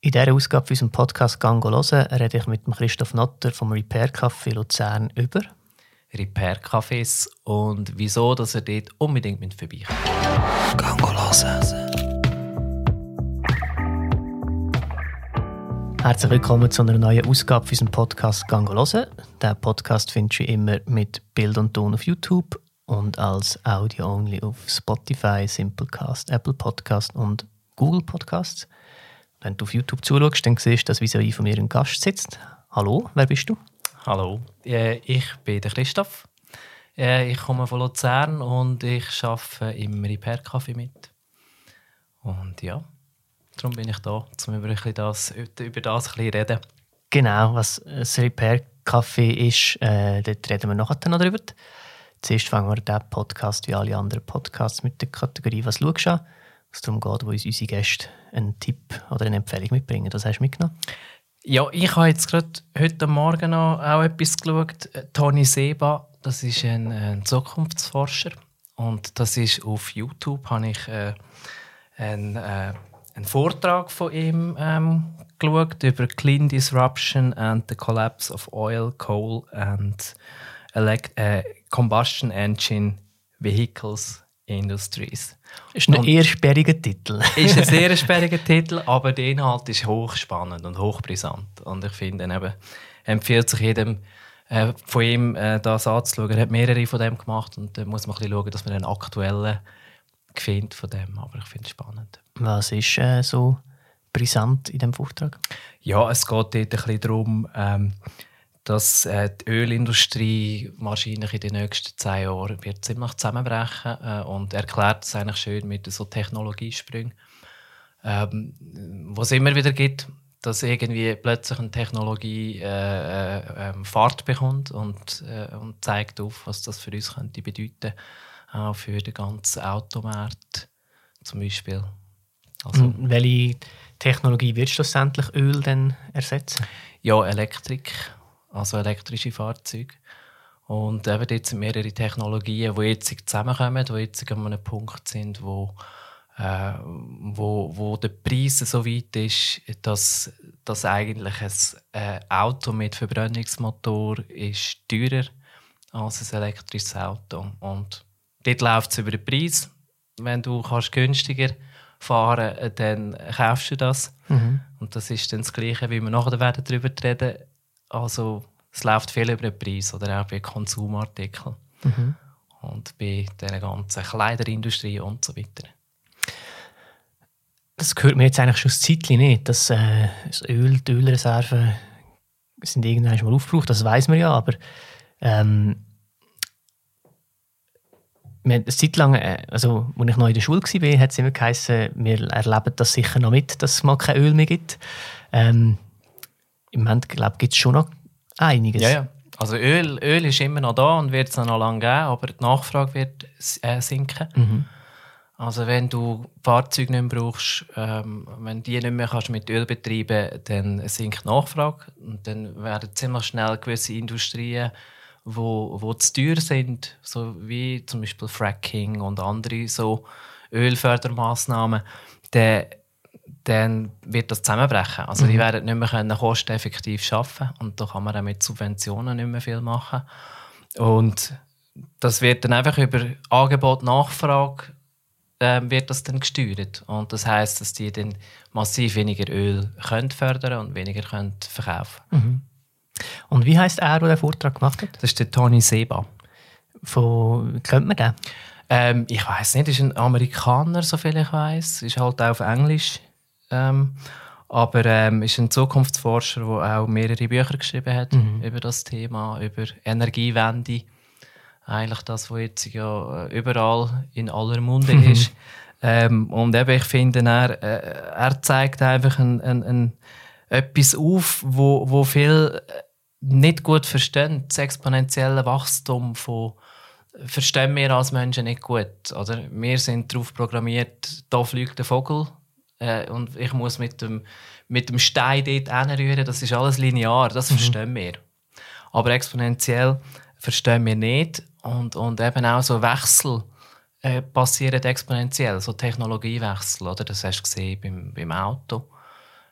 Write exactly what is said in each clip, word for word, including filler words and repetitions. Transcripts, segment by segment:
In dieser Ausgabe von unserem Podcast «Gang hören» rede ich mit Christoph Notter vom Repair Café Luzern über Repair Cafés und wieso, dass ihr dort unbedingt vorbeikommt. Gang hören. Herzlich willkommen zu einer neuen Ausgabe von unserem Podcast «Gang hören». Diesen Podcast findest du immer mit Bild und Ton auf YouTube und als Audio-only auf Spotify, Simplecast, Apple Podcast und Google Podcasts. Wenn du auf YouTube zuschaust, dann siehst du, dass vis-à-vis von mir ein Gast sitzt. Hallo, wer bist du? Hallo, ich bin der Christoph. Ich komme von Luzern und ich arbeite im Repair Café mit. Und ja, darum bin ich da, um über das, über das ein bisschen reden. Genau, was das Repair Café ist, äh, dort reden wir nachher noch drüber. Zuerst fangen wir diesen Podcast wie alle anderen Podcasts mit der Kategorie «Was schaust du an?», was darum geht, wo uns unsere Gäste einen Tipp oder eine Empfehlung mitbringen. Das hast du mitgenommen? Ja, ich habe jetzt gerade heute Morgen noch auch etwas geschaut. Toni Seba, das ist ein, ein Zukunftsforscher. Und das ist auf YouTube, habe ich äh, einen, äh, einen Vortrag von ihm ähm, geschaut über Clean Disruption and the Collapse of Oil, Coal and Elect- äh, Combustion Engine Vehicles Industries. Ist ein eher sperriger Titel. Ist ein sehr sperriger Titel, aber der Inhalt ist hochspannend und hochbrisant. Und ich finde, eben, empfiehlt sich jedem äh, von ihm äh, das anzuschauen. Er hat mehrere von dem gemacht und da muss man ein bisschen schauen, dass man einen aktuellen findet von dem. Aber ich finde es spannend. Was ist äh, so brisant in diesem Vortrag? Ja, es geht dort ein bisschen darum, ähm, dass äh, die Ölindustrie wahrscheinlich in den nächsten zehn Jahren wird ziemlich zusammenbrechen äh, und erklärt es eigentlich schön mit so Technologiesprüngen, ähm, wo es immer wieder gibt, dass irgendwie plötzlich eine Technologie äh, äh, Fahrt bekommt und, äh, und zeigt auf, was das für uns könnte bedeuten, auch für den ganzen Automarkt zum Beispiel. Also, und welche Technologie wird schlussendlich Öl denn ersetzen? Ja, Elektrik. Also elektrische Fahrzeuge. Und eben dort sind mehrere Technologien, die jetzt zusammenkommen, die jetzt an einem Punkt sind, wo, äh, wo, wo der Preis so weit ist, dass, dass eigentlich ein äh, Auto mit Verbrennungsmotor ist teurer als ein elektrisches Auto. Und dort läuft es über den Preis. Wenn du kannst günstiger fahren kannst, dann kaufst du das. Mhm. Und das ist dann das Gleiche, wie wir nachher werden darüber reden. Also es läuft viel über den Preis oder auch bei Konsumartikeln mhm. und bei der ganzen Kleiderindustrie und so weiter. Das gehört mir jetzt eigentlich schon ein Zeitchen nicht, dass äh, das Öl, die Ölreserven sind irgendwann mal aufgebraucht, das weiss man ja, aber ähm, wir haben eine Zeit lang, also als ich noch in der Schule war, hat es immer geheißen, wir erleben das sicher noch mit, dass es mal kein Öl mehr gibt. Ähm, Im Moment, glaube ich, gibt es schon noch einiges. Ja, ja. Also Öl, Öl ist immer noch da und wird es noch lange geben, aber die Nachfrage wird äh, sinken. Mhm. Also wenn du Fahrzeuge nicht mehr brauchst, ähm, wenn die nicht mehr kannst mit Öl betreiben, dann sinkt die Nachfrage. Und dann werden ziemlich schnell gewisse Industrien, wo, wo zu teuer sind, so wie zum Beispiel Fracking und andere so Ölfördermaßnahmen, dann dann wird das zusammenbrechen. Also mhm. die werden nicht mehr kosteneffektiv arbeiten und da kann man auch mit Subventionen nicht mehr viel machen. Und das wird dann einfach über Angebot, Nachfrage äh, wird das dann gesteuert. Und das heisst, dass die dann massiv weniger Öl können fördern und weniger können verkaufen. Mhm. Und wie heisst er, der den Vortrag gemacht hat? Das ist der Toni Seba. Von, kennt man den? Ähm, ich weiss nicht, er ist ein Amerikaner, soviel ich weiss. Ist halt auch auf Englisch. Ähm, aber ähm, ist ein Zukunftsforscher, der auch mehrere Bücher geschrieben hat mhm. über das Thema, über Energiewende. Eigentlich das, was jetzt ja überall in aller Munde mhm. ist. Ähm, und eben, ich finde, er, äh, er zeigt einfach ein, ein, ein, etwas auf, wo, wo viel nicht gut verstehen. Das exponentielle Wachstum von verstehen wir als Menschen nicht gut. Oder? Wir sind darauf programmiert, da fliegt der Vogel äh, und ich muss mit dem, mit dem Stein dort hinrühren. Das ist alles linear, das mhm. verstehen wir. Aber exponentiell verstehen wir nicht. Und, und eben auch so Wechsel äh, passieren exponentiell, so Technologiewechsel. Oder? Das hast du gesehen beim, beim Auto.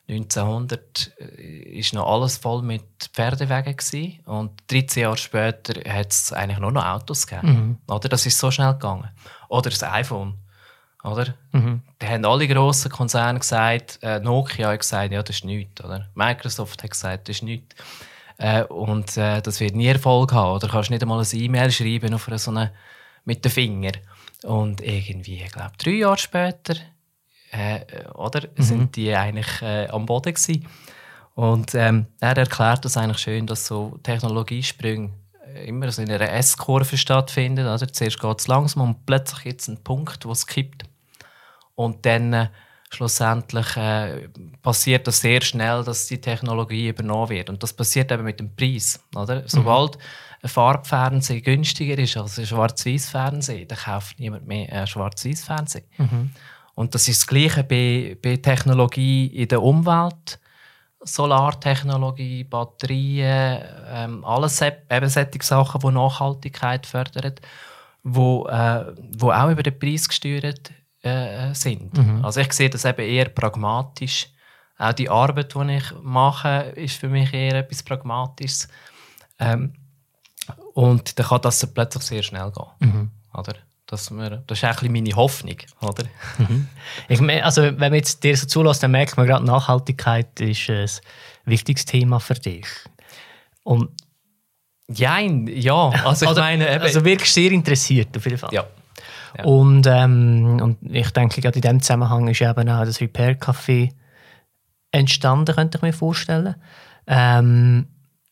neunzehnhundert war noch alles voll mit Pferdewegen gewesen. Und dreizehn Jahre später hat es eigentlich nur noch Autos gegeben. Mhm. Oder? Das ist so schnell gegangen. Oder das iPhone. Oder? Mhm. Da haben alle grossen Konzerne gesagt, äh, Nokia hat gesagt, ja, das ist nichts. Oder? Microsoft hat gesagt, das ist nichts. Äh, und äh, das wird nie Erfolg haben. Oder kannst nicht einmal eine E-Mail schreiben auf so eine, mit den Fingern. Und irgendwie, ich glaube, drei Jahre später äh, oder, mhm. sind die eigentlich äh, am Boden gewesen. Und ähm, er erklärt das eigentlich schön, dass so Technologiesprünge immer so in einer S-Kurve stattfinden. Also zuerst geht es langsam und plötzlich gibt es einen Punkt, wo es kippt. Und dann äh, schlussendlich äh, passiert das sehr schnell, dass die Technologie übernommen wird. Und das passiert eben mit dem Preis. Oder? Sobald mhm. ein Farbfernsehen günstiger ist als ein Schwarz-Weiß-Fernsehen, dann kauft niemand mehr ein Schwarz-Weiß-Fernsehen. Mhm. Und das ist das Gleiche bei, bei Technologie in der Umwelt. Solartechnologie, Batterien, ähm, alles eben solche Sachen, die Nachhaltigkeit fördern, wo, äh, wo auch über den Preis gesteuert äh, sind. Mhm. Also ich sehe das eben eher pragmatisch. Auch die Arbeit, die ich mache, ist für mich eher etwas Pragmatisches. Ähm, und dann kann das plötzlich sehr schnell gehen. Mhm. Oder? Das, wir, das ist ein bisschen meine Hoffnung, oder? Mhm. Ich mein, also, wenn man jetzt dir so zulässt, dann merkt man gerade, Nachhaltigkeit ist ein wichtiges Thema für dich. Und Jein, ja. Also, ich also, meine, eben, also wirklich sehr interessiert, auf jeden Fall. Ja. Ja. Und, ähm, und ich denke, gerade in diesem Zusammenhang ist eben auch das Repair Café entstanden, könnte ich mir vorstellen. Ähm,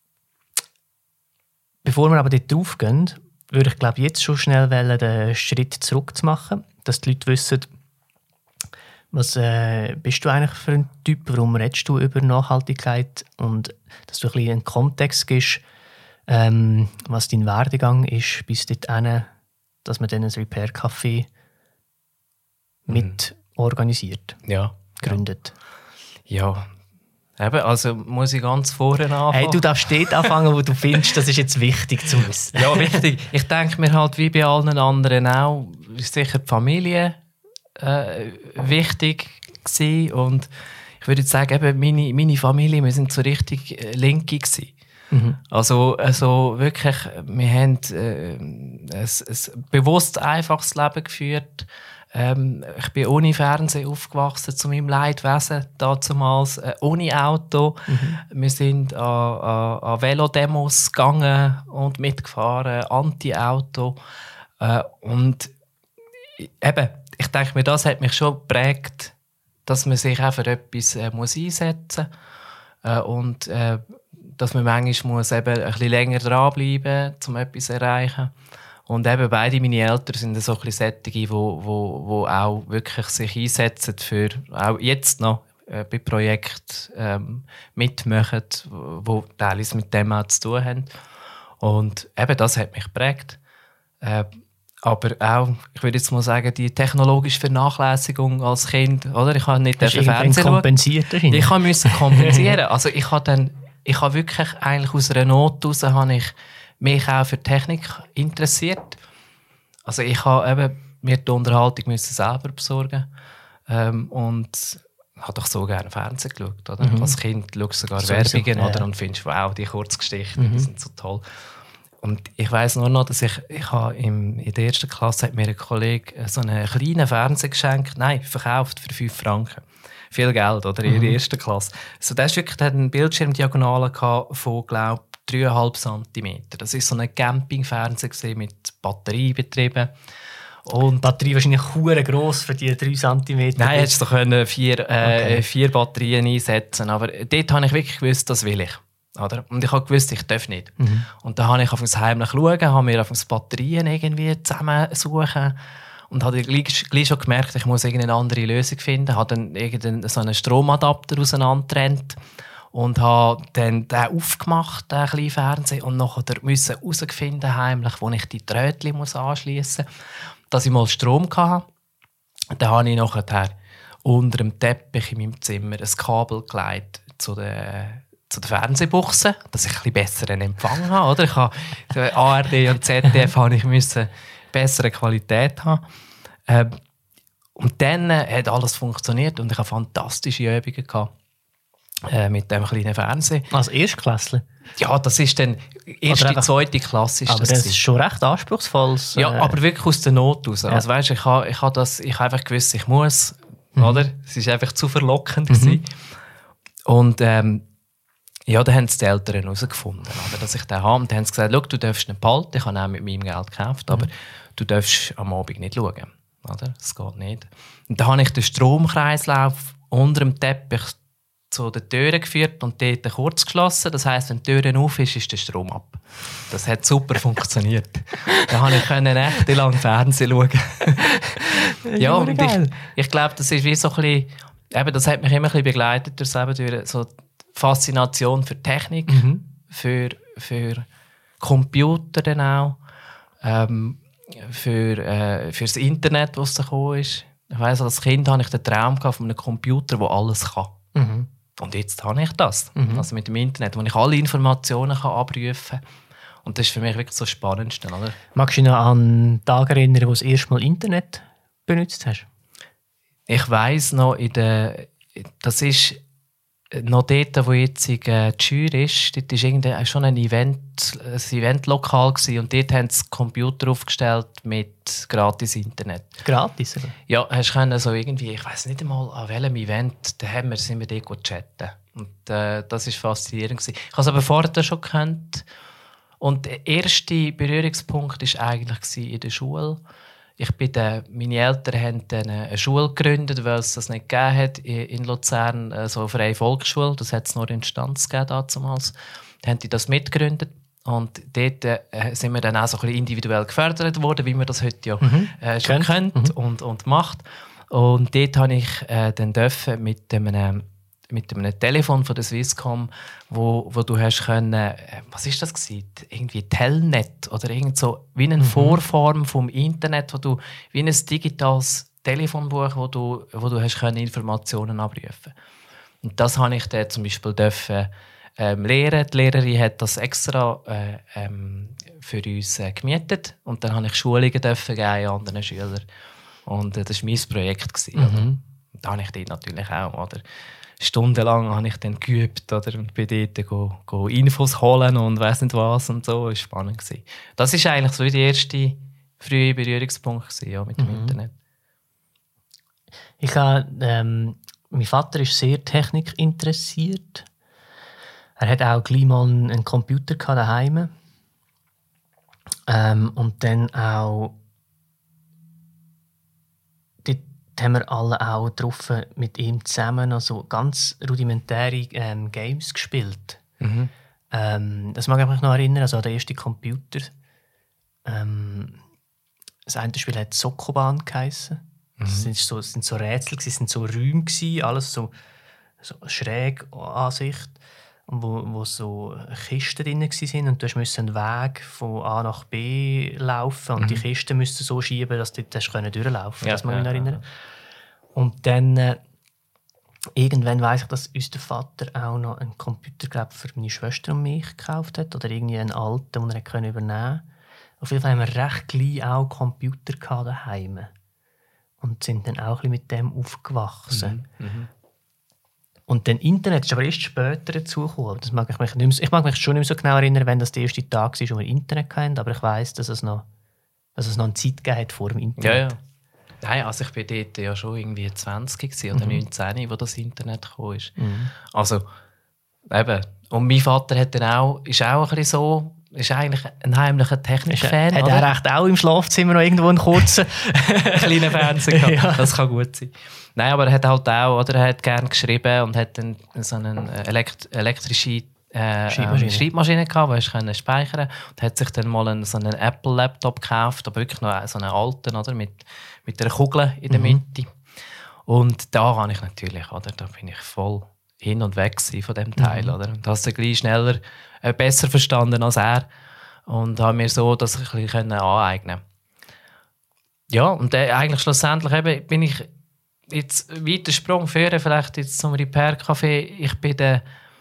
bevor wir aber dort drauf gehen, würde ich glaube jetzt schon schnell wollen, den Schritt zurück zu machen, dass die Leute wissen, was äh, bist du eigentlich für ein Typ, warum redest du über Nachhaltigkeit und dass du ein bisschen einen Kontext gibst, ähm, was dein Werdegang ist, bis dorthin, dass man dann ein Repair Café mit mhm. organisiert, ja. gründet. Ja. Eben, also muss ich ganz vorne anfangen. Hey, du darfst dort anfangen, wo du findest, das ist jetzt wichtig zu wissen. Ja, wichtig. Ich denke mir halt, wie bei allen anderen auch, ist sicher die Familie äh, wichtig gewesen. Und ich würde jetzt sagen, eben meine, meine Familie, wir sind so richtig äh, Linke gewesen. Mhm. Also, also wirklich, wir haben äh, ein, ein bewusst einfaches Leben geführt. Ähm, ich bin ohne Fernsehen aufgewachsen, zu meinem Leidwesen damals, äh, ohne Auto. Mhm. Wir sind an, an, an Velodemos gegangen und mitgefahren, Anti-Auto. Äh, und eben, ich denke mir, das hat mich schon geprägt, dass man sich auch für etwas äh, muss einsetzen muss. Äh, und äh, dass man manchmal muss eben ein bisschen länger dranbleiben muss, um etwas zu erreichen. Und eben beide meine Eltern sind so ein bisschen solche, die wo, wo, wo auch wirklich sich einsetzen für, auch jetzt noch äh, bei Projekten ähm, mitmachen, die teilweise mit dem auch zu tun haben. Und eben das hat mich geprägt. Äh, aber auch, ich würde jetzt mal sagen, die technologische Vernachlässigung als Kind, oder? Ich habe nicht Fernsehen kompensiert. Ich musste kompensieren. Also ich habe dann, ich habe wirklich eigentlich aus einer Not heraus, habe ich mich auch für Technik interessiert. Also ich habe eben mir die Unterhaltung müssen selber besorgen ähm, und habe doch so gerne Fernsehen geschaut. Oder? Mhm. Als Kind schaust du sogar so Werbungen so, ja. und findest, wow, die Kurzgeschichten, mhm. die sind so toll. Und ich weiss nur noch, dass ich, ich habe im, in der ersten Klasse hat mir ein Kollege so einen kleinen Fernseher geschenkt, nein, verkauft für fünf Franken. Viel Geld, oder? In der mhm. ersten Klasse. Also das wirklich, der hat eine Bildschirmdiagonale von, glaube ich, drei Komma fünf Zentimeter. Das war so ein Campingfernseher mit Batteriebetrieben. Und Batterie wahrscheinlich hure gross für die drei Zentimeter. Nein, hättest du können vier, äh, okay. vier Batterien einsetzen. Aber dort habe ich wirklich gewusst, das will ich. Oder? Und ich habe gewusst, ich darf nicht. Mhm. Und dann habe ich auf das heimlich schauen, habe mir auf das Batterien irgendwie zusammensuchen und habe gleich, gleich schon gemerkt, ich muss irgendeine andere Lösung finden. Habe dann irgendeinen so einen Stromadapter auseinandergetrennt und habe dann den aufgemacht, den kleinen Fernseher, und nachher musste ich herausfinden, heimlich, wo ich die Trötchen anschliessen muss, dass ich mal Strom hatte. Dann habe ich nachher unter dem Teppich in meinem Zimmer ein Kabel gelegt zu der, zu der Fernsehbuchse, dass ich ein bisschen besseren Empfang habe. Oder? Ich habe A R D und Z D F habe ich müssen bessere Qualität haben. Ähm, und dann hat alles funktioniert und ich hatte fantastische Übungen gehabt. äh, mit dem kleinen Fernsehen. Als Erstklässler? Ja, das ist dann erste, einfach, zweite Klasse. Ist aber das, das gewesen. ist schon recht anspruchsvolles. Ja, äh, aber wirklich aus der Not raus. Ja. Also weißt, ich habe ich ha das, ich habe einfach gewusst, ich muss, mhm. oder? Es ist einfach zu verlockend mhm. gewesen. Und ähm, ja, dann haben es die Eltern herausgefunden, oder, dass ich den habe. Und dann haben sie gesagt, schau, du darfst ihn behalten, ich habe auch mit meinem Geld gekauft, mhm. aber du darfst am Abend nicht schauen. Oder? Das geht nicht. Und dann habe ich den Stromkreislauf unter dem Teppich zu den Türen geführt und dort kurz geschlossen. Das heisst, wenn die Türen auf ist, ist der Strom ab. Das hat super funktioniert. Dann konnte ich nächtelang Fernsehen schauen. Ja, und ich, ich glaube, das ist wie so ein bisschen, eben, das hat mich immer ein bisschen begleitet durchs Leben, durch so die Faszination für Technik, mhm. für, für Computer dann auch, ähm, für, äh, für das Internet, was da gekommen ist. Ich weiss, als Kind hatte ich den Traum von einem Computer, der alles kann. Mhm. Und jetzt habe ich das. Mhm. Also mit dem Internet, wo ich alle Informationen kann abrufen kann. Und das ist für mich wirklich so das Spannendste. Oder? Magst du dich noch an Tage erinnern, wo du das erste Mal Internet benutzt hast? Ich weiss noch, in der, das ist noch dort, wo jetzt äh, die Schür ist, dort war schon ein Event, ein Eventlokal gewesen, und dort haben sie Computer aufgestellt mit gratis Internet. Gratis? Oder? Ja, hast können so irgendwie, ich weiss nicht einmal an welchem Event, da haben wir, sind wir dort chatten. Und äh, das war faszinierend gewesen. Ich habe es aber vorher schon gekannt. Und der erste Berührungspunkt war eigentlich in der Schule. Ich bin dann, meine Eltern haben dann eine Schule gegründet, weil es das nicht gegeben hat in Luzern, so eine freie Volksschule. Das hat es nur in Stanz gegeben damals. Dann haben die das mitgegründet. Und dort äh, sind wir dann auch so ein bisschen individuell gefördert worden, wie man das heute ja mhm. äh, schon kennt mhm. und, und macht. Und dort durfte ich äh, dann dürfen mit einem, mit einem Telefon von der Swisscom, wo, wo du hast können, äh, was ist das gewesen? Irgendwie Telnet oder irgend so, wie eine mhm. Vorform vom Internet, wo du, wie ein digitales Telefonbuch, wo du, wo du hast können Informationen abrufen. Und das habe ich dann zum Beispiel dürfen, ähm, lehren. Die Lehrerin hat das extra äh, ähm, für uns äh, gemietet, und dann habe ich Schulungen dürfen geben an anderen Schülern. Und äh, das war mein Projekt gewesen, mhm. Da habe ich dort natürlich auch, oder? Stundenlang habe ich dann geübt, oder? Und bin dort go, go Infos holen und weiss nicht was und so. Das war spannend gewesen. Das war eigentlich so der erste frühe Berührungspunkt gewesen, ja, mit dem mhm. Internet. Ich habe, ähm, mein Vater ist sehr technikinteressiert. Er hat auch gleich mal einen Computer daheim. Ähm, und dann auch haben wir alle auch drauf mit ihm zusammen also ganz rudimentäre ähm, Games gespielt. Mhm. Ähm, das mag ich mich noch erinnern, also an den ersten Computer. Ähm, das eine Spiel hat Sokoban geheissen. Mhm. Das sind so, das sind so Rätsel, das sind so Räume gewesen, alles so, so schräg Ansicht, wo, wo so Kisten drin waren, und du musst einen Weg von A nach B laufen, und mhm. die Kisten müssten so schieben, dass du dort durchlaufen konntest. Ja, das mag ich mich noch erinnern. Ja. Und dann äh, irgendwann weiss ich, dass uns der Vater auch noch einen Computer, glaub, für meine Schwester und mich gekauft hat, oder irgendwie einen alten, den er übernehmen konnte. Auf jeden Fall haben wir recht gleich auch Computer daheim und sind dann auch ein bisschen mit dem aufgewachsen. Mhm. Mhm. Und dann Internet ist aber erst später dazugekommen. Das mag ich, mich nicht mehr, ich mag mich schon nicht mehr so genau erinnern, wenn das der erste Tag war, wo wir Internet hatten, aber ich weiss, dass es noch, dass es noch eine Zeit gegeben hat vor dem Internet. Ja, ja. Nein, also ich war dort ja schon irgendwie zwanzig oder mhm. neunzehn, wo das Internet gekommen ist. Mhm. Also, eben. Und mein Vater hat dann auch, ist auch ein bisschen so, ist eigentlich ein heimlicher Technik-Fan. Hat er echt auch im Schlafzimmer noch irgendwo einen kurzen kleinen Fernseher gehabt? Ja. Das kann gut sein. Nein, aber er hat halt auch, oder er hat gerne geschrieben und hat dann so eine elekt- elektrische äh, Schreibmaschine. Schreibmaschine gehabt, die er speichern konnte. Und hat sich dann mal einen, so einen Apple-Laptop gekauft, aber wirklich noch so einen alten, oder, mit, mit einer Kugel in der mhm. Mitte. Und da habe ich natürlich, oder, da bin ich voll hin und weg von dem Teil. Mhm. Oder? Und das habe ich gleich schneller, äh, besser verstanden als er. Und habe mir so das ein bisschen aneignen können. Ja, und äh, eigentlich schlussendlich eben, bin ich jetzt weiter Sprung führen, vielleicht jetzt zum Repair-Café. Ich bin der,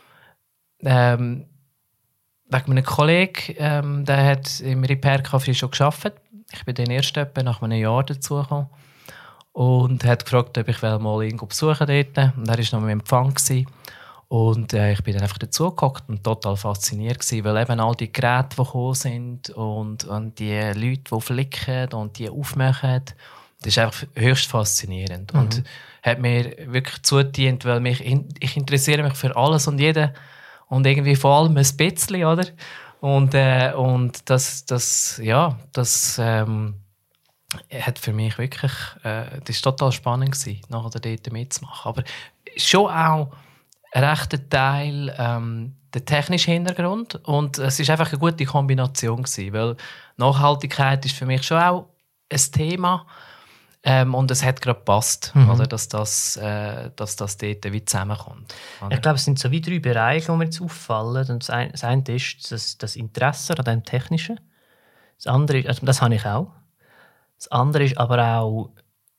ähm, wegen meinem Kollegen, ähm, der hat im Repair-Café schon gearbeitet. Ich bin dann erst etwa nach einem Jahr dazugekommen und hat gefragt, ob ich mal irgendwo besuchen dort. Und er war noch im Empfang gewesen. Und äh, ich bin dann einfach dazugehockt und total fasziniert gewesen, weil eben all die Geräte, die gekommen sind und, und die Leute, die flicken und die aufmachen, das ist einfach höchst faszinierend. Mhm. Und hat mir wirklich zugedient, weil mich, ich interessiere mich für alles und jeden und irgendwie vor allem ein bisschen, oder? Und, äh, und das, das, ja, das ähm, hat für mich wirklich, äh, das war total spannend gewesen, nachher dort mitzumachen. Aber schon auch ein rechter Teil ähm, der technische Hintergrund und es ist einfach eine gute Kombination gewesen, weil Nachhaltigkeit ist für mich schon auch ein Thema. Ähm, und es hat gerade gepasst, mhm. oder, dass, das, äh, dass das dort wie zusammenkommt. Oder? Ich glaube, es sind so wie drei Bereiche, die mir jetzt auffallen. Und das, eine, das eine ist das, das Interesse an dem Technischen. Das andere ist, also das habe ich auch. Das andere ist aber auch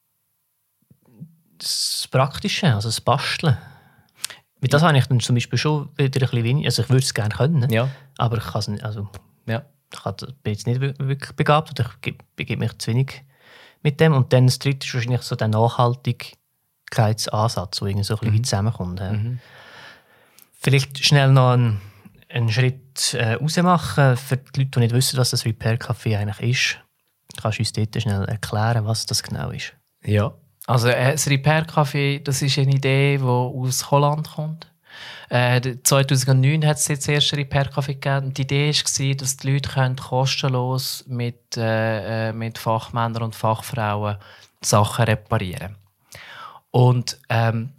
das Praktische, also das Basteln. Mit das habe ich dann zum Beispiel schon wieder ein bisschen weniger. Also ich würde es gerne können, ja. aber ich kann es nicht. Also, ja. ich bin jetzt nicht wirklich begabt oder ich begebe mich zu wenig mit dem. Und dann das dritte ist wahrscheinlich so der Nachhaltigkeitsansatz, der irgendwie so ein bisschen mhm. zusammenkommt. Ja. Mhm. Vielleicht schnell noch einen, einen Schritt äh, raus machen für die Leute, die nicht wissen, was das Repair Café eigentlich ist. Kannst du uns dort schnell erklären, was das genau ist? Ja, also äh, das Repair Café, das ist eine Idee, die aus Holland kommt. Äh, zweitausendneun hat es jetzt das erste Repair Café gegeben. Die Idee war, dass die Leute können kostenlos mit, äh, mit Fachmännern und Fachfrauen Sachen reparieren. Und ähm,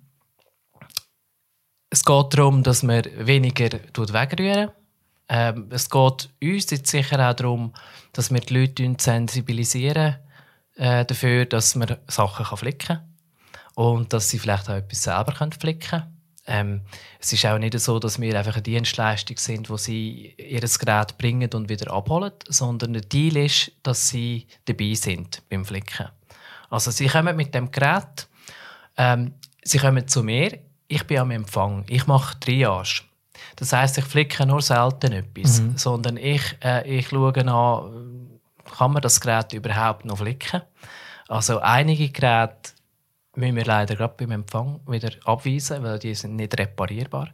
es geht darum, dass man weniger wegrühren. Ähm, es geht uns jetzt sicher auch darum, dass wir die Leute sensibilisieren äh, dafür, dass man Sachen flicken kann und dass sie vielleicht auch etwas selber flicken können. Ähm, es ist auch nicht so, dass wir einfach eine Dienstleistung sind, wo sie ihr Gerät bringen und wieder abholen, sondern der Deal ist, dass sie dabei sind beim Flicken. Also sie kommen mit dem Gerät, ähm, sie kommen zu mir, ich bin am Empfang, ich mache Triage. Das heisst, ich flicke nur selten etwas, mhm. sondern ich, äh, ich schaue an, kann man das Gerät überhaupt noch flicken? Also einige Geräte müssen wir leider gerade beim Empfang wieder abweisen, weil die sind nicht reparierbar.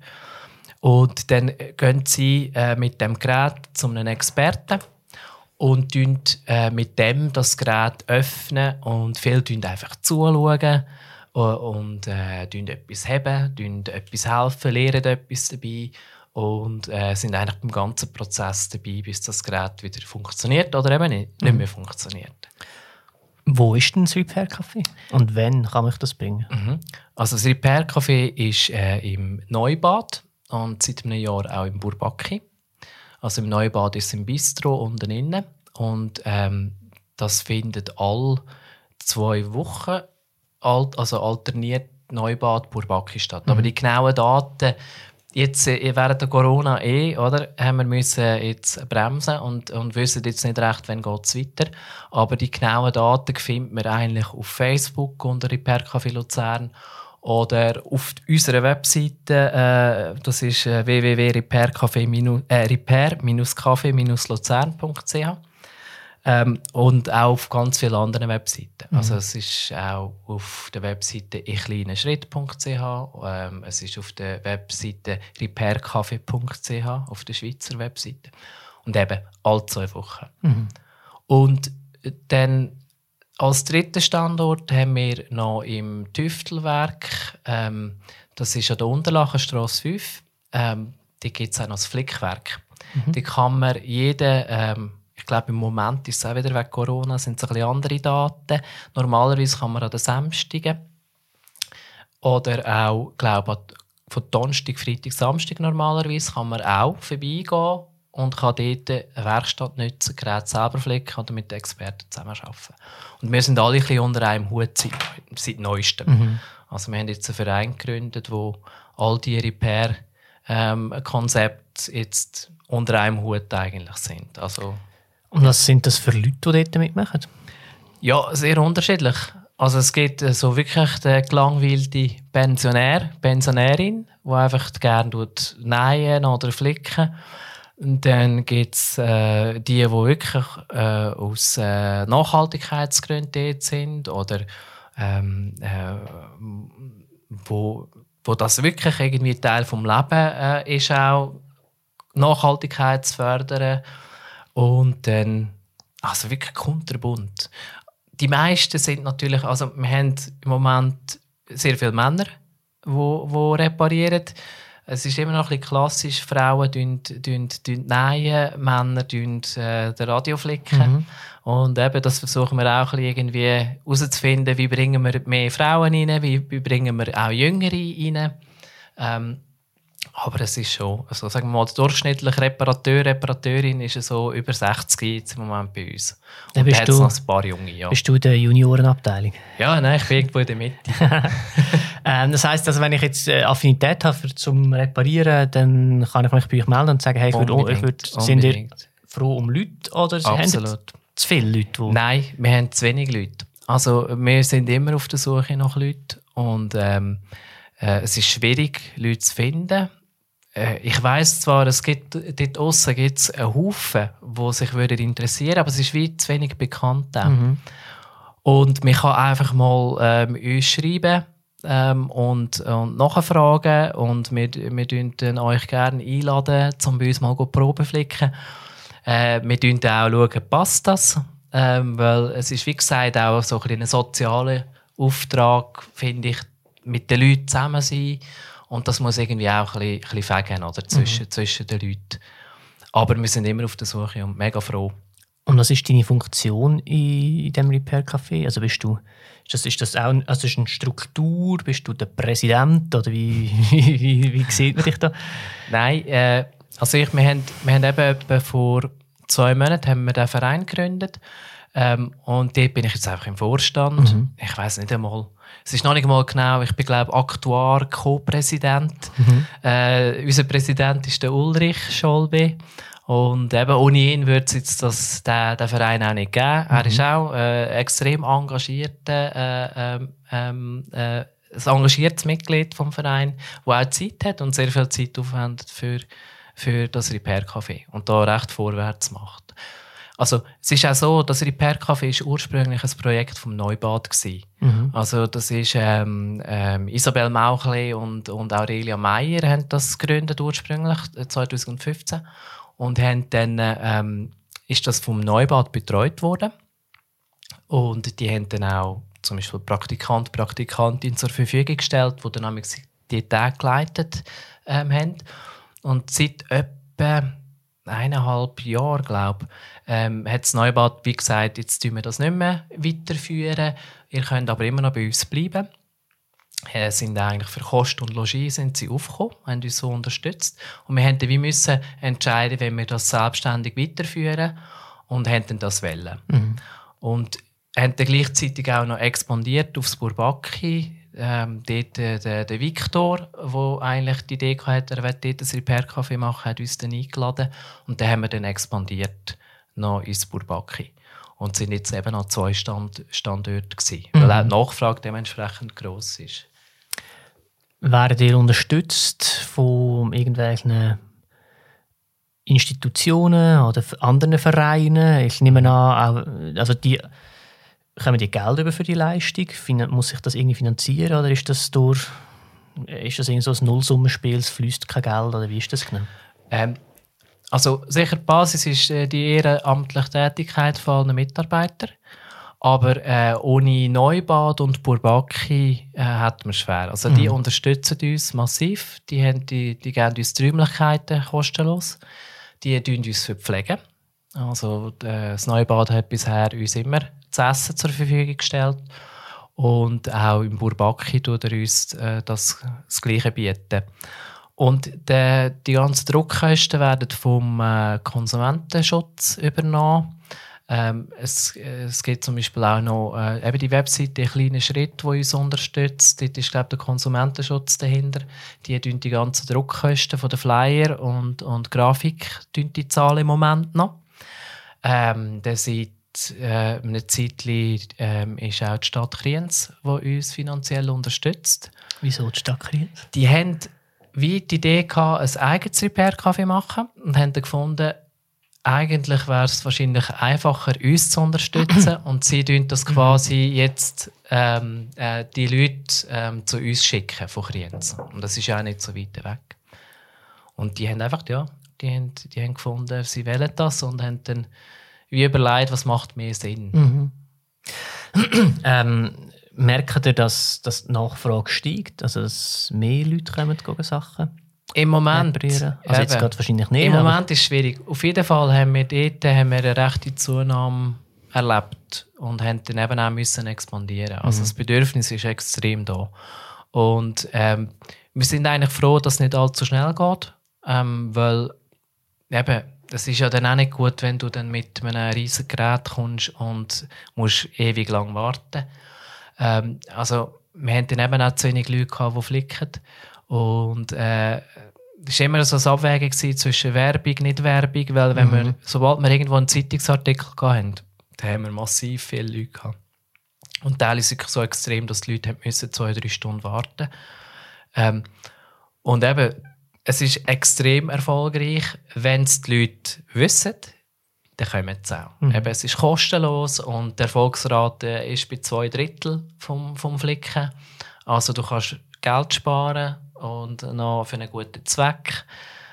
Und dann gehen sie äh, mit dem Gerät zu einem Experten und äh, mit dem das Gerät öffnen und viele einfach zuschauen und äh, etwas haben, etwas helfen, lernen etwas dabei und äh, sind eigentlich beim ganzen Prozess dabei, bis das Gerät wieder funktioniert oder eben nicht, nicht mehr funktioniert. Wo ist denn das Repair Café? Und wann kann ich das bringen? Mhm. Also das Repair Café ist äh, im Neubad und seit einem Jahr auch im Bourbaki. Also im Neubad ist es im Bistro unten innen und ähm, das findet alle zwei Wochen also alterniert Neubad Bourbaki statt. Mhm. Aber die genauen Daten jetzt äh, während der Corona eh, oder, haben wir müssen jetzt bremsen und, und wissen jetzt nicht recht, wann geht es weiter. Aber die genauen Daten findet man eigentlich auf Facebook unter Repair Café Luzern oder auf unserer Webseite, äh, das ist äh, w w w punkt repair café luzern punkt c h. Ähm, und auch auf ganz vielen anderen Webseiten. Mhm. Also es ist auch auf der Webseite ichleineschritt punkt c h, ähm, es ist auf der Webseite repair café punkt c h, auf der Schweizer Webseite. Und eben alle zwei Wochen. Mhm. Und dann als dritten Standort haben wir noch im Tüftelwerk, ähm, das ist an der Unterlachenstrasse fünf, ähm, da gibt es auch noch das Flickwerk. Mhm. Da kann man jeden... Ähm, Ich glaube, im Moment ist es auch wieder wegen Corona, sind es ein bisschen andere Daten. Normalerweise kann man an den Samstagen oder auch, glaube von Donnerstag, Freitag, Samstag normalerweise kann man auch vorbeigehen und kann dort eine Werkstatt nutzen, Gerät selber flicken oder mit den Experten zusammenarbeiten. Und wir sind alle ein bisschen unter einem Hut seit, seit Neuestem. Mhm. Also wir haben jetzt einen Verein gegründet, wo all die Repair-Konzepte ähm, jetzt unter einem Hut eigentlich sind. Also und was sind das für Leute, die dort mitmachen? Ja, sehr unterschiedlich. Also es gibt so wirklich den gelangweilten Pensionär, Pensionärin, die einfach gerne nähen oder flicken. Und dann gibt es äh, die, die wirklich äh, aus äh, Nachhaltigkeitsgründen dort sind oder ähm, äh, wo wo das wirklich irgendwie Teil vom Leben äh, ist, auch Nachhaltigkeit zu fördern. Und dann, also wirklich kunterbunt. Die meisten sind natürlich, also wir haben im Moment sehr viele Männer, die reparieren. Es ist immer noch ein bisschen klassisch, Frauen nähen, Männer tun äh, den Radio flicken. Mhm. Und eben, das versuchen wir auch ein bisschen irgendwie herauszufinden, wie bringen wir mehr Frauen rein, wie, wie bringen wir auch Jüngere rein. Ähm, aber es ist schon, also sagen wir mal, der durchschnittliche Reparateur, Reparateurin ist so über sechzig jetzt im Moment bei uns. Und da hat es noch ein paar Junge, ja. Bist du in der Juniorenabteilung? Ja, nein, ich bin irgendwo in der Mitte. ähm, das heisst, also, wenn ich jetzt Affinität habe für, zum Reparieren, dann kann ich mich bei euch melden und sagen, hey, ich würde, ich würde, sind ihr froh um Leute oder Absolut. Haben zu viele Leute? Die... Nein, wir haben zu wenig Leute. Also wir sind immer auf der Suche nach Leuten und ähm, äh, es ist schwierig, Leute zu finden. Äh, ich weiss zwar, es gibt dort aussen gibt's einen Haufen, die sich interessieren würden, aber es ist wie zu wenig bekannt. Mhm. Und man kann einfach mal ähm, uns schreiben ähm, und, und nachfragen und wir, wir würden euch gerne einladen, um bei uns mal Probe flicken. Äh, wir schauen auch, schauen, passt das? Ähm, weil es ist, wie gesagt, auch so ein sozialer Auftrag, finde ich, mit den Leuten zusammen sein. Und das muss irgendwie auch ein bisschen, ein bisschen fegen, oder? Zwischen, mhm. zwischen den Leuten. Aber wir sind immer auf der Suche und mega froh. Und was ist deine Funktion in, in diesem Repair-Café? Also bist du, ist das, ist das auch also ist eine Struktur? Bist du der Präsident? Oder wie, wie, wie, wie sieht man dich da? Nein, äh, also ich, wir haben, wir haben eben etwa vor zwei Monaten haben wir den Verein gegründet. Ähm, und dort bin ich jetzt einfach im Vorstand. Mhm. Ich weiss nicht einmal. Es ist noch nicht mal genau. Ich bin, glaube ich, Aktuar, Co-Präsident. Mhm. Äh, unser Präsident ist der Ulrich Scholbe. Und eben ohne ihn würde es jetzt das, den, den Verein auch nicht geben. Mhm. Er ist auch äh, extrem engagierter, äh, ähm, äh, ein engagiertes Mitglied vom Verein, der auch Zeit hat und sehr viel Zeit aufwendet für für das Repair-Café und da recht vorwärts macht. Also, es ist auch so, das Repair-Café war ursprünglich ein Projekt vom Neubad gewesen. Mhm. Also, das ist ähm, ähm, Isabel Mauchli und, und Aurelia Meyer haben das gegründet ursprünglich zwanzig fünfzehn und haben dann ähm, ist das vom Neubad betreut worden und die haben dann auch zum Beispiel Praktikant, Praktikantin zur Verfügung gestellt, die dann die Tage geleitet ähm, haben. Und seit etwa eineinhalb Jahren, glaube ich, ähm, hat das Neubad wie gesagt, jetzt tun wir das nicht mehr weiterführen. Ihr könnt aber immer noch bei uns bleiben. Äh, sind eigentlich für Kost und Logis sind sie aufgekommen, haben uns so unterstützt. Und wir mussten wie müssen entscheiden, wenn wir das selbstständig weiterführen und haben dann das wollen. Mhm. Und haben dann gleichzeitig auch noch expandiert aufs Bourbaki. Ähm, dort, äh, der, der Victor, der eigentlich die Idee hatte, er wollte dort ein Repair-Café machen, hat uns dann eingeladen. Und dann haben wir dann expandiert noch ins Bourbaki. Und sind jetzt eben noch zwei Stand, Standorte gewesen, mhm. weil auch die Nachfrage dementsprechend gross ist. Werden ihr unterstützt von irgendwelchen Institutionen oder anderen Vereinen? Ich nehme an, auch, also die kommen die Geld über für die Leistung? Muss sich das irgendwie finanzieren oder ist das durch ist das irgendwie so ein Nullsummenspiel, es fließt kein Geld oder wie ist das genau? Ähm, also sicher die Basis ist äh, die ehrenamtliche Tätigkeit von allen Mitarbeitern, aber äh, ohne Neubad und Bourbaki äh, hat man schwer. Also die mhm. unterstützen uns massiv, die, haben die, die geben uns die Räumlichkeiten kostenlos, die tun uns verpflegen. Also äh, das Neubad hat bisher uns immer das Essen zur Verfügung gestellt und auch im Bourbaki tut er uns äh, das, das Gleiche bieten. Und de, die ganzen Druckkosten werden vom äh, Konsumentenschutz übernommen. Ähm, es, es gibt zum Beispiel auch noch äh, eben die Webseite «Ein kleiner Schritt», die uns unterstützt. Dort ist, glaube ich, der Konsumentenschutz dahinter. Die tun die ganzen Druckkosten von den Flyer und, und Grafik die zahlen im Moment noch. Ähm, der seit äh, einer Zeit ähm, ist auch die Stadt Kriens, die uns finanziell unterstützt. Wieso die Stadt Kriens? Die haben wie die Idee gehabt, ein eigenes Repair-Café machen und haben dann gefunden, eigentlich wäre es wahrscheinlich einfacher, uns zu unterstützen und sie tun das quasi jetzt ähm, äh, die Leute ähm, zu uns schicken von Kriens. Und das ist ja auch nicht so weit weg. Und die haben einfach, ja, die haben, die haben gefunden, sie wollen das und haben dann wie überlegt, was macht mehr Sinn. Mhm. ähm, merkt ihr, dass, dass die Nachfrage steigt? Also, dass mehr Leute kommen, gehen Sachen Im Moment, reparieren? Also jetzt gerade wahrscheinlich nicht. Im Moment ist es schwierig. Auf jeden Fall haben wir dort haben wir eine rechte Zunahme erlebt und haben dann eben auch müssen expandieren. Also mhm. das Bedürfnis ist extrem da. Und ähm, wir sind eigentlich froh, dass es nicht allzu schnell geht, ähm, weil eben, das ist ja dann auch nicht gut, wenn du dann mit einem riesigen Gerät kommst und musst ewig lang warten. Ähm, also wir hatten dann eben auch zu wenig Leute gehabt, die flicken. Und äh, es war immer so eine Abwägung zwischen Werbung und Nicht-Werbung, weil wenn mhm. wir, sobald wir irgendwo einen Zeitungsartikel hatten, dann haben wir massiv viele Leute gehabt. Und teilweise so extrem, dass die Leute müssen zwei, drei Stunden warten. Ähm, und eben, es ist extrem erfolgreich, wenn es die Leute wissen, dann kommen sie auch. Mhm. Eben, es ist kostenlos und die Erfolgsrate ist bei zwei Drittel vom, vom Flicken. Also du kannst Geld sparen und noch für einen guten Zweck.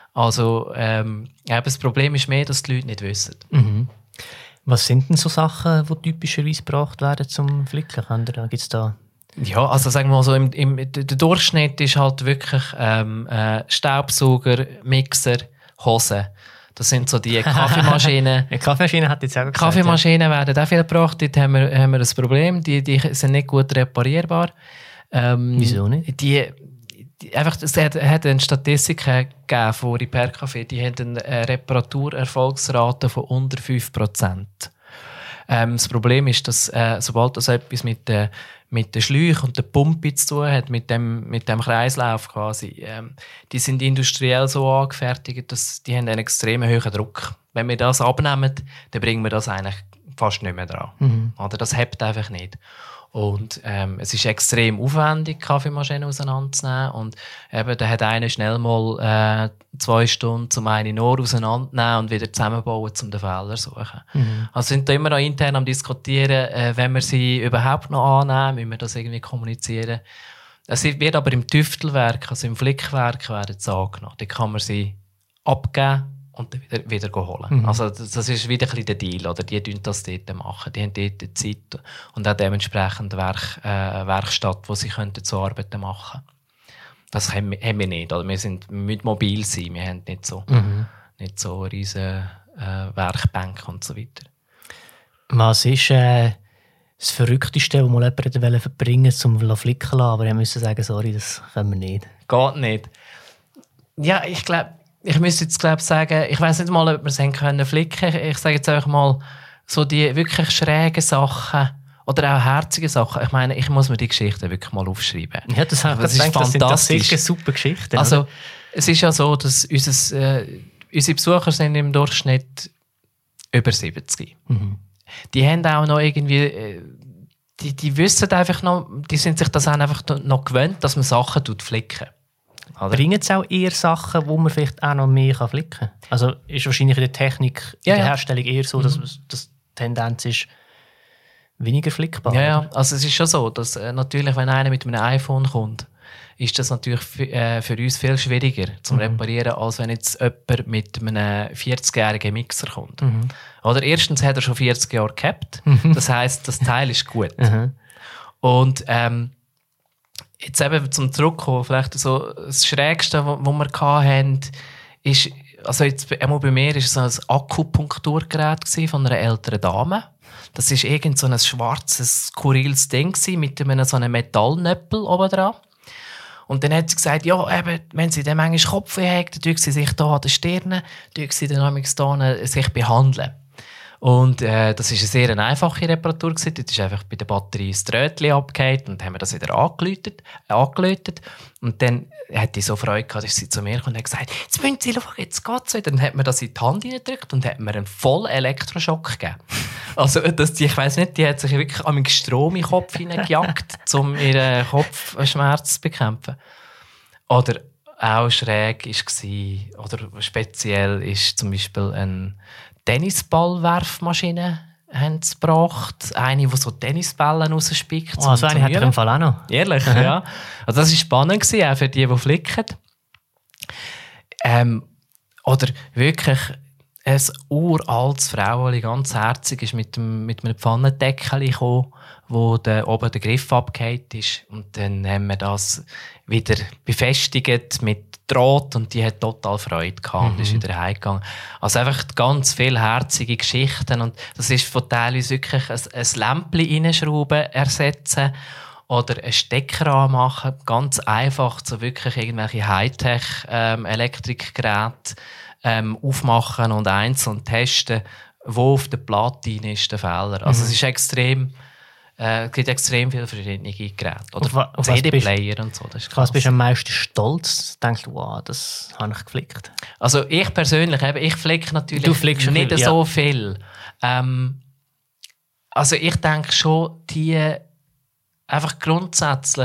Also ähm, eben, das Problem ist mehr, dass die Leute nicht wissen. Mhm. Was sind denn so Sachen, die typischerweise gebraucht werden zum Flicken? Gibt's da? Ja, also sagen wir mal so, im, im, der Durchschnitt ist halt wirklich ähm, äh, Staubsauger, Mixer, Hosen. Das sind so die Kaffeemaschinen. Die Kaffeemaschine hat jetzt auch gesagt, Kaffeemaschinen ja. werden auch viel gebraucht. Dort haben wir, haben wir ein Problem. Die, die sind nicht gut reparierbar. Ähm, Wieso nicht? Die, die, einfach, es hat, hat eine Statistik gegeben von Repair Café. Die haben eine Reparaturerfolgsrate von unter fünf Prozent. Ähm, das Problem ist, dass äh, sobald das etwas mit der mit den Schläuchen und der Pumpe zu tun hat, mit dem, mit dem Kreislauf quasi, ähm, die sind industriell so angefertigt, dass die haben einen extrem hohen Druck. Wenn wir das abnehmen, dann bringen wir das eigentlich fast nicht mehr dran. Mhm. Oder das hebt einfach nicht. Und ähm, es ist extrem aufwendig, Kaffeemaschinen auseinanderzunehmen. Und eben, da hat einer schnell mal äh, zwei Stunden, um eine nur auseinanderzunehmen und wieder zusammenbauen, um den Fehler zu suchen. Mhm. Also sind da immer noch intern am Diskutieren, äh, wenn wir sie überhaupt noch annehmen, müssen wir das irgendwie kommunizieren. Es wird aber im Tüftelwerk, also im Flickwerk, werden sie angenommen. Da kann man sie abgeben und dann wieder, wieder holen. Mhm. Also das, das ist wieder ein bisschen der Deal. Oder? Die machen das dort machen. Die haben dort die Zeit und auch dementsprechend Werk, äh, Werkstatt, wo sie könnten zu Arbeiten machen. Das haben wir, haben wir nicht. Oder? Wir, sind, wir müssen mobil sein. Wir haben nicht so, mhm. nicht so riesige äh, Werkbänke und so weiter. Was ist äh, das Verrückteste, was mal jemanden verbringen wollte, um zu flicken zu lassen? Aber ich musste sagen, sorry, das können wir nicht. Geht nicht. Ja, ich glaube, ich müsste jetzt glaub, sagen, ich weiss nicht mal, ob wir es haben können flicken. Ich sage jetzt einfach mal, so die wirklich schrägen Sachen oder auch herzige Sachen. Ich meine, ich muss mir die Geschichten wirklich mal aufschreiben. Ja, das, das, das ist gedacht, fantastisch. Das sind sicher super Geschichten. Also, oder? Es ist ja so, dass unser, äh, unsere Besucher sind im Durchschnitt über siebzig. Mhm. Die haben auch noch irgendwie, äh, die, die wissen einfach noch, die sind sich das auch einfach noch gewöhnt, dass man Sachen flicken. Bringen es auch eher Sachen, wo man vielleicht auch noch mehr flicken kann? Also ist wahrscheinlich in der Technik, in ja, der ja. Herstellung eher so, dass, mhm. dass die Tendenz ist, weniger flickbar. Ja, ja, also es ist schon so, dass äh, natürlich, wenn einer mit einem iPhone kommt, ist das natürlich f- äh, für uns viel schwieriger zu mhm. reparieren, als wenn jetzt jemand mit einem vierzigjährigen Mixer kommt. Mhm. Oder erstens hat er schon vierzig Jahre gehabt, mhm. das heisst, das Teil ist gut. Mhm. Und ähm, jetzt eben zum Zurückkommen, vielleicht so das Schrägste, was wir hatten, ist, also jetzt einmal bei mir war es so ein Akupunkturgerät von einer älteren Dame. Das war irgend so ein schwarzes, skurriles Ding mit einem so einem Metallnöppel oben dran. Und dann hat sie gesagt, ja, eben, wenn sie dann manchmal Kopfweh hat, dann tun sie sich hier an den Stirnen, tun sie dann hier sich behandeln. Und äh, das war eine sehr einfache Reparatur. Dort ist einfach bei der Batterie das Drötchen abgefallen und haben wir das wieder angelötet, äh, angelötet. Und dann hat sie so Freude gehabt, dass sie zu mir kam und hat gesagt, jetzt müssen Sie schauen, jetzt geht es wieder. Dann hat man das in die Hand hineingedrückt und hat mir einen vollen Elektroschock gegeben. Also das, ich weiss nicht, die hat sich wirklich an meinen Strom in den Kopf hineingejagt, um ihren Kopfschmerz zu bekämpfen. Oder auch schräg war, oder speziell ist zum Beispiel ein Tennisballwerfmaschinen haben sie gebracht. Eine, die so Tennisbälle rausspickt. Oh, so eine hat er im Fall auch noch. Ehrlich, ja. Also das war spannend, auch für die, die flicken. Ähm, oder wirklich ein uraltes Frauchen, ganz herzig, ist mit, dem, mit einem Pfannendeckel gekommen, wo der, oben der Griff abgefallen ist. Und dann haben wir das wieder befestigt mit Draht und die hat total Freude gehabt und mhm. ist wieder heimgegangen. Also einfach ganz viele herzige Geschichten und das ist von teilweise wirklich ein, ein Lämpchen reinschrauben, ersetzen oder einen Stecker anmachen, ganz einfach, so wirklich irgendwelche Hightech-Elektrikgeräte ähm, aufmachen und eins und testen, wo auf der Platine ist der Fehler. Also mhm. es ist extrem, äh, es gibt extrem viele verschiedene Geräte. Oder auf, C D-Player und so. Das ist was bist du am meisten stolz? Denkst du, wow, das habe ich geflickt? Also ich persönlich, ich flicke natürlich nicht viel, so ja. viel. Ähm, also ich denke schon, die einfach grundsätzlich,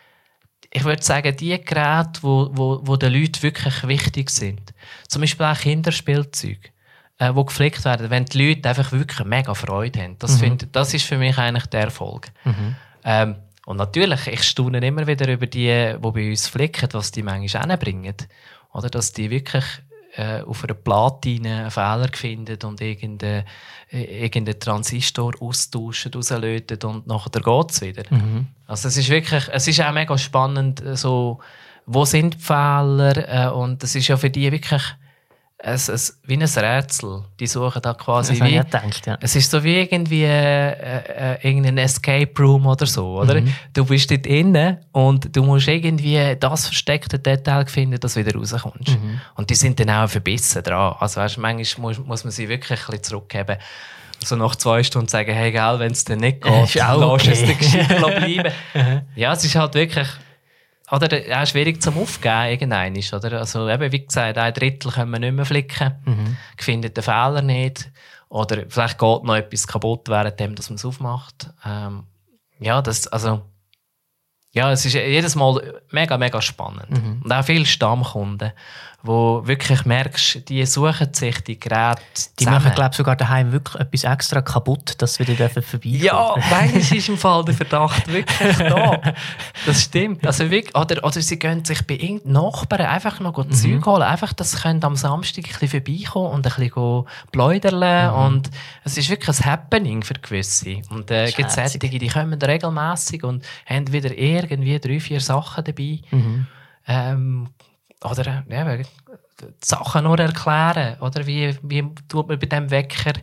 ich würde sagen, die Geräte, wo, wo, wo den Leuten wirklich wichtig sind, zum Beispiel auch Kinderspielzeuge, äh, die gepflegt werden, wenn die Leute einfach wirklich mega Freude haben. Das, mhm. find, das ist für mich eigentlich der Erfolg. Mhm. Ähm, und natürlich, ich staune immer wieder über die, die bei uns flicken, was die manchmal hinbringen. Oder, dass die wirklich äh, auf einer Platine einen Fehler finden und irgendeinen irgendein Transistor austauschen, rauslöten und nachher geht es wieder. Mhm. Also es ist wirklich, es ist auch mega spannend, so, wo sind die Fehler, äh, und es ist ja für die wirklich ein, ein, wie ein Rätsel. Die suchen da quasi das wie... Gedacht, ja. Es ist so wie irgendwie äh, äh, irgendein Escape Room oder so, oder? Mhm. Du bist dort innen und du musst irgendwie das versteckte Detail finden, dass du wieder rauskommst. Mhm. Und die sind dann auch verbissen dran. Also weißt, manchmal muss, muss man sie wirklich ein bisschen zurückgeben. So nach zwei Stunden sagen, hey, gell, wenn es dir nicht geht, lass okay. es dir gescheit bleiben. Ja, es ist halt wirklich... Oder auch schwierig zum Aufgeben, irgendwann. Oder? Also, eben, wie gesagt, ein Drittel können wir nicht mehr flicken, mhm. findet den Fehler nicht. Oder vielleicht geht noch etwas kaputt, währenddem dass man es aufmacht. Ähm, ja, das, also, ja, es ist jedes Mal mega, mega spannend. Mhm. Und auch viele Stammkunden, wo wirklich merkst, die suchen sich die Geräte Die zusammen. Machen, glaube ich, sogar daheim wirklich etwas extra kaputt, dass wir dürfen vorbeikommen. Ja, manchmal ist im Fall der Verdacht wirklich da. Das stimmt. Also wirklich, oder, oder sie gehen sich bei irgendeinem Nachbarn einfach noch mhm. Zeug holen. Einfach, dass sie am Samstag ein bisschen vorbeikommen und ein bisschen pläudern. Mhm. Und es ist wirklich ein Happening für gewisse. Und äh, gibt es solche, die kommen regelmässig und haben wieder irgendwie drei, vier Sachen dabei. Mhm. Ähm, Oder ja, die Sachen nur erklären. Oder wie, wie tut man bei diesem Wecker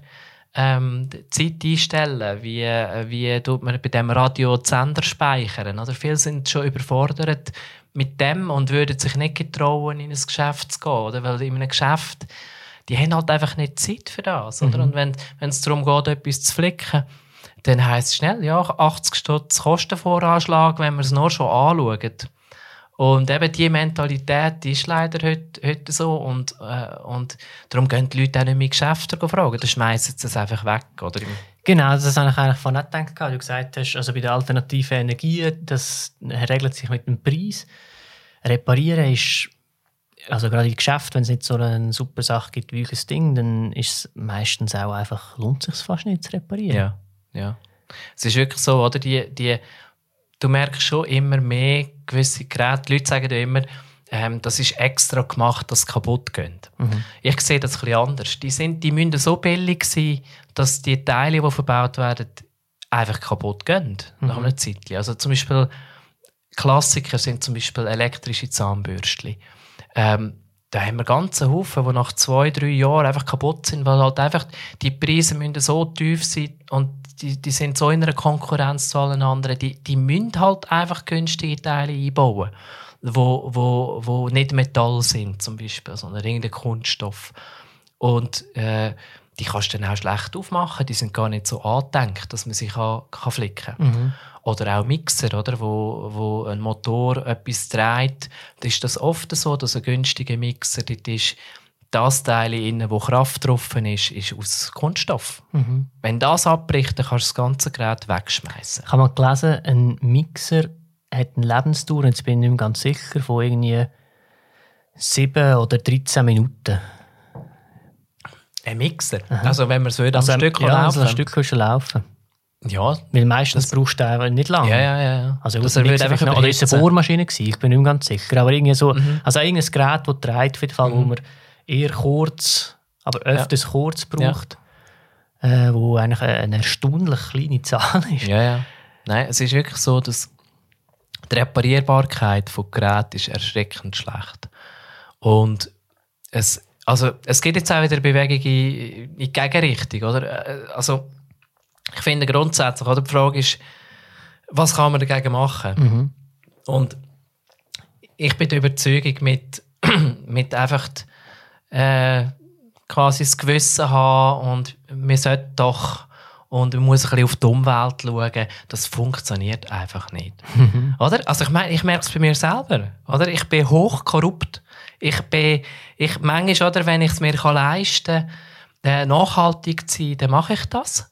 ähm, die Zeit einstellen? Wie, wie tut man bei diesem Radio die Sender speichern? Oder viele sind schon überfordert mit dem und würden sich nicht getrauen, in ein Geschäft zu gehen. Oder? Weil in einem Geschäft, die haben halt einfach nicht Zeit für das. Oder? Mhm. Und wenn, wenn es darum geht, etwas zu flicken, dann heisst es schnell, ja, achtzig Stutz Kostenvoranschlag, wenn man es nur schon anschaut. Und eben diese Mentalität die ist leider heute, heute so. Und, äh, und darum gehen die Leute auch nicht mehr in Geschäfte fragen. Dann schmeißen sie es einfach weg. Oder? Genau, das habe ich eigentlich vorhin nicht gedacht. Du gesagt hast, also bei den alternativen Energien, das regelt sich mit dem Preis. Reparieren ist, also gerade in Geschäften, wenn es nicht so eine super Sache gibt wie ein Ding, dann ist es meistens auch einfach, lohnt es sich fast nicht zu reparieren. Ja, ja. Es ist wirklich so, oder? Die, die, du merkst schon immer mehr gewisse Geräte. Die Leute sagen ja immer, ähm, das ist extra gemacht, dass es kaputt geht. Mhm. Ich sehe das ein bisschen anders. Die, sind, die müssen so billig sein, dass die Teile, die verbaut werden, einfach kaputt gehen. Mhm. Nach einer Zeit. Also zum Beispiel Klassiker sind zum Beispiel elektrische Zahnbürstchen. Ähm, da haben wir ganze Haufen, die nach zwei, drei Jahren einfach kaputt sind, weil halt einfach die Preise müssen so tief sein und die, die sind so in einer Konkurrenz zu allen anderen. Die, die müssen halt einfach günstige Teile einbauen, wo, wo, wo nicht Metall sind zum Beispiel, sondern irgendein Kunststoff. Und äh, die kannst du dann auch schlecht aufmachen. Die sind gar nicht so angedenkt, dass man sie kann, kann flicken kann. Mhm. Oder auch Mixer, oder, wo, wo ein Motor etwas dreht. Da ist das oft so, dass ein günstiger Mixer, dort ist das Teil, innen, wo Kraft drauf ist, ist aus Kunststoff. Mhm. Wenn das abbricht, dann kannst du das ganze Gerät wegschmeißen. Ich habe mal gelesen, ein Mixer hat eine Lebensdauer, jetzt bin ich nicht mehr ganz sicher, von irgendwie sieben oder dreizehn Minuten. Ein Mixer? Aha. Also wenn man so am Also, Stück ja, laufen also ein Stück kannst du laufen. Ja. Weil meistens brauchst du einfach nicht lange. Ja, ja, ja. ja. Also das gut, würde einfach noch, oder ist es eine Bohrmaschine gewesen? Ich bin nicht mehr ganz sicher. Aber irgendwie so, Mhm. also irgendein Gerät, das dreht, auf jeden Fall, Mhm. wo man eher kurz, aber öfters Ja. kurz braucht, ja. äh, wo eigentlich eine erstaunlich kleine Zahl ist. Ja, ja. Nein, es ist wirklich so, dass die Reparierbarkeit von Geräten ist erschreckend schlecht. Und es, also, es gibt jetzt auch wieder Bewegung in, in die Gegenrichtung. Oder? Also, ich finde grundsätzlich, oder, die Frage ist, was kann man dagegen machen? Mhm. Und ich bin der Überzeugung, mit, mit einfach äh, quasi das Gewissen haben und man sollte doch und man muss ein bisschen auf die Umwelt schauen, das funktioniert einfach nicht. Mhm. Oder? Also ich meine, ich merke es bei mir selber. Oder? Ich bin hochkorrupt. Ich bin, ich, manchmal, oder, wenn ich es mir leisten kann, äh, nachhaltig zu sein, dann mache ich das.